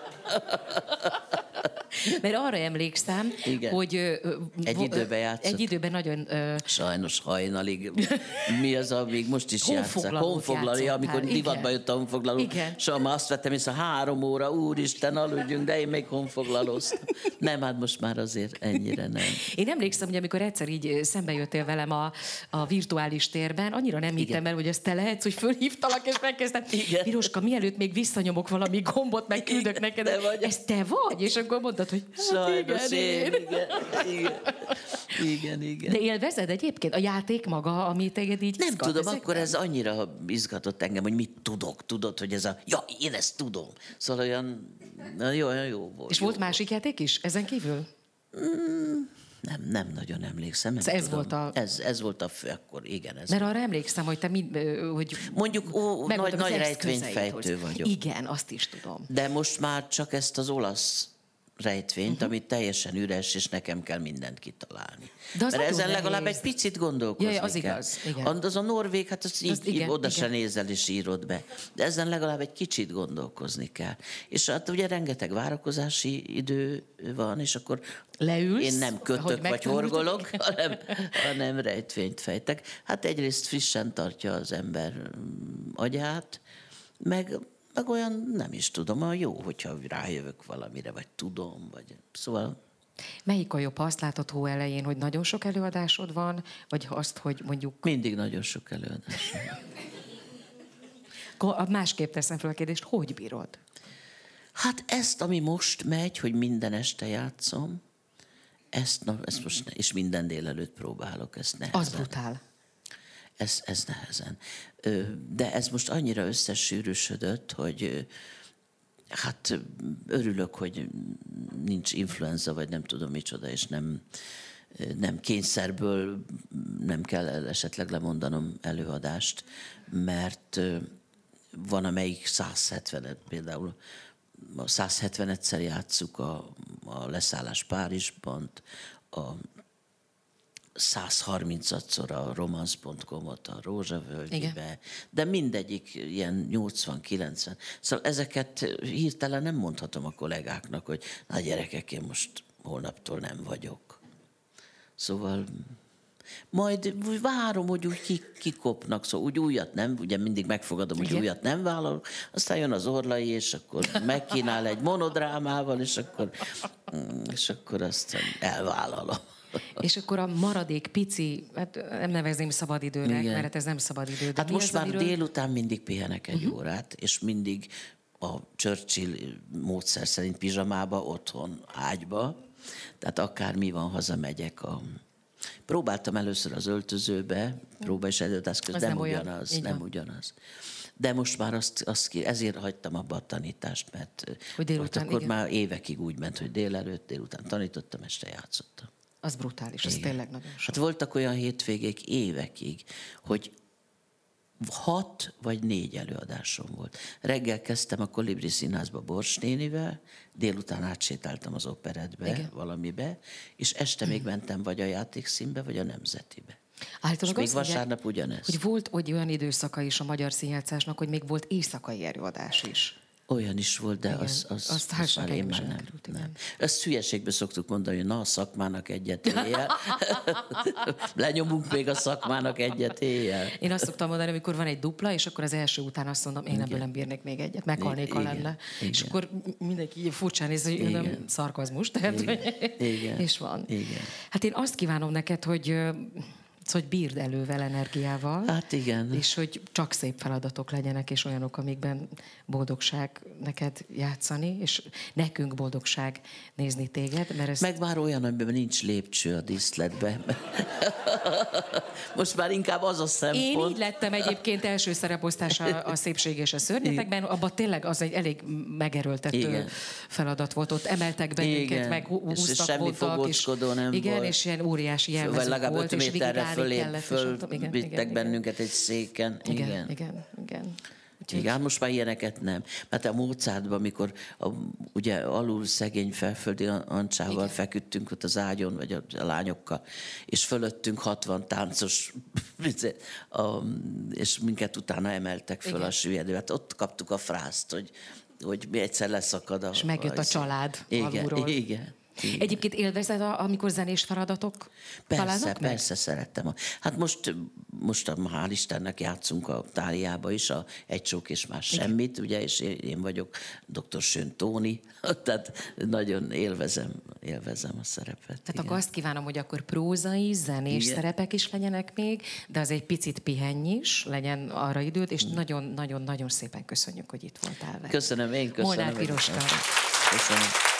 Mert arra emlékszem, igen. hogy... Egy időben játszott. Egy időben nagyon... Sajnos hajnalig. Mi az, amíg most is játszak? Honfoglaló. Amikor divatba jött a honfoglaló. Soha azt vettem észre, három óra, úristen, aludjunk, de én még honfoglalóztam. Nem, hát most már azért ennyire nem. Én emlékszem, hogy amikor egyszer így szembe jöttél velem a, a virtuális térben, annyira nem hittem el, hogy ezt te lehetsz, hogy fölhívtalak, és megkezdtem. Piroska, mielőtt még visszanyomok valami gombot, meg küldök neked, ez te vagy? És akkor akkor mondtad, hogy hát Sajnos igen, én, én. igen, igen, igen, igen. De élvezed egyébként a játék maga, ami téged így Nem izgat tudom, ezekben? akkor ez annyira izgatott engem, hogy mit tudok, tudod, hogy ez a, ja, én ezt tudom. Szóval olyan, jó, olyan jó volt. És jó volt másik játék is ezen kívül? Nem, nem nagyon emlékszem. Nem Ez tudom. volt a- Ez, ez volt a fő, akkor igen. Ez Mert arra emlékszem, hogy te mind, ö, hogy Mondjuk ó, nagy, megmondtad az nagy eszközeit rejtvényfejtő hozzá. vagyok. Igen, azt is tudom. De most már csak ezt az olasz rejtvényt, uh-huh. ami teljesen üres, és nekem kell mindent kitalálni. De az Mert nagyon ezen legalább nehéz. egy picit gondolkozni Ja, ja, az kell. igaz, igen. Az a norvég, hát azt így, Az igen, így oda igen. se nézel és írod be. De ezen legalább egy kicsit gondolkozni kell. És hát ugye rengeteg várakozási idő van, és akkor Leülsz, én nem hogy kötök vagy megtanultad? horgolok, hanem, hanem rejtvényt fejtek. Hát egyrészt frissen tartja az ember mm, agyát, meg meg olyan nem is tudom, a jó, hogyha rájövök valamire, vagy tudom, vagy szóval... Melyik a jobb, ha azt látod hó elején, hogy nagyon sok előadásod van, vagy azt, hogy mondjuk... Mindig nagyon sok előadás. Akkor másképp teszem fel a kérdést, hogy bírod? Hát ezt, ami most megy, hogy minden este játszom, ezt, na, ezt most, ne, és minden délelőtt próbálok, ezt nehezen. Az brutál. Ez, ez nehezen. Ö, De ez most annyira összesűrűsödött, hogy ö, hát örülök, hogy nincs influenza, vagy nem tudom micsoda, és nem, nem kényszerből nem kell esetleg lemondanom előadást, mert ö, van, amelyik száz hetvenet, például a száz hetvenet-szer játsszuk a, a leszállás Párizsban, a száz harmincadszor a romance pont com-ot a Rózsavölgybe, de mindegyik ilyen nyolcvan-kilencven. Szóval ezeket hirtelen nem mondhatom a kollégáknak, hogy na gyerekek, én most holnaptól nem vagyok. Szóval majd úgy várom, hogy úgy ki- kikopnak, szóval úgy újat nem, ugye mindig megfogadom, hogy Igen. újat nem vállalok, aztán jön az Orlai, és akkor megkínál egy monodrámával, és akkor, és akkor azt elvállalom. És akkor a maradék pici, hát nem nevezném szabadidőnek, Igen. mert ez nem szabadidő. De Hát mi most az, már amiről... délután mindig pihenek egy uh-huh. órát, és mindig a Churchill módszer szerint pizsamába, otthon, ágyba. Tehát akármi van, hazamegyek. A... Próbáltam először az öltözőbe, próba és előadás közben, Az nem, nem olyan, ugyanaz, így nem van. ugyanaz. De most már azt, azt ki, ezért hagytam abba a tanítást, mert Hogy délután, akkor igen. már évekig úgy ment, hogy délelőtt, délután tanítottam, este játszottam. Az brutális, az Igen. tényleg nagyon sok. Hát voltak olyan hétvégék évekig, hogy hat vagy négy előadásom volt. Reggel kezdtem a Kolibri Színházba Bors nénivel, délután átsétáltam az operetbe, Igen. valamibe, és este még mentem vagy a Játékszínbe, vagy a Nemzetibe. Állítólag És még azt mondják, vasárnap ugyanez. hogy volt hogy olyan időszaka is a magyar színjátszásnak, hogy még volt éjszakai előadás is. Olyan is volt, de Igen. az, az, Azt az hálság már én engem már is nem. elkerült, nem. igen. Ezt hülyeségbe szoktuk mondani, hogy na, a szakmának egyet éjjel. Lenyomunk még a szakmának egyet éjjel. Én azt szoktam mondani, amikor van egy dupla, és akkor az első után azt mondom, én ebből nem bírnék még egyet, meghalnék, ha Igen, lenne. igen. És akkor mindenki így furcsán néz, hogy Igen. nem szarkazmus, tehát, Igen, hogy- igen, és van. igen. Hát én azt kívánom neked, hogy, ö, hogy bírd elővel energiával, Hát igen. és hogy csak szép feladatok legyenek, és olyanok, amikben boldogság neked játszani, és nekünk boldogság nézni téged, mert ez... Meg már olyan, amiben nincs lépcső a díszletbe. Most már inkább az a szempont. Én így lettem egyébként első szereposztás a, a Szépség és a szörnyetekben, abban tényleg az egy elég megerőltető Igen. feladat volt. Ott emeltek bennünket, Igen. meg hú- És húztak, semmi voltak, fogócskodó nem igen, volt. és ilyen óriási Vagy jelmezük legalább volt, öt és méterre vigigálni fölé kellett. és nem tudom, igen, igen, fölvittek igen. bennünket egy széken. Igen, Igen. igen, igen. Úgyhogy Igen, most már ilyeneket nem. Mert a Mozartban, amikor a, ugye alul szegény felföldi Ancsával Igen. feküdtünk ott az ágyon, vagy a, a lányokkal, és fölöttünk hatvan táncos, a, és minket utána emeltek föl Igen. a süllyedő. Hát ott kaptuk a frászt, hogy, hogy mi egyszer leszakad a... És megjött a család igen, alulról. Igen. Igen. Egyébként élvezed, a- amikor zenés feladatok Persze, találnak meg? persze szerettem. Hát most, most hál' Istennek játszunk a Táliába is, a Egy csók és más semmit, ugye, és én, én vagyok doktor Schön Tóni, tehát nagyon élvezem, élvezem a szerepet. Tehát igen. akkor azt kívánom, hogy akkor prózai, zenés Igen. szerepek is legyenek még, de az egy picit pihenj is, legyen arra időd, Mm. és nagyon-nagyon-nagyon szépen köszönjük, hogy itt voltál velünk. Köszönöm, én köszönöm. Molnár Piroska. Köszönöm.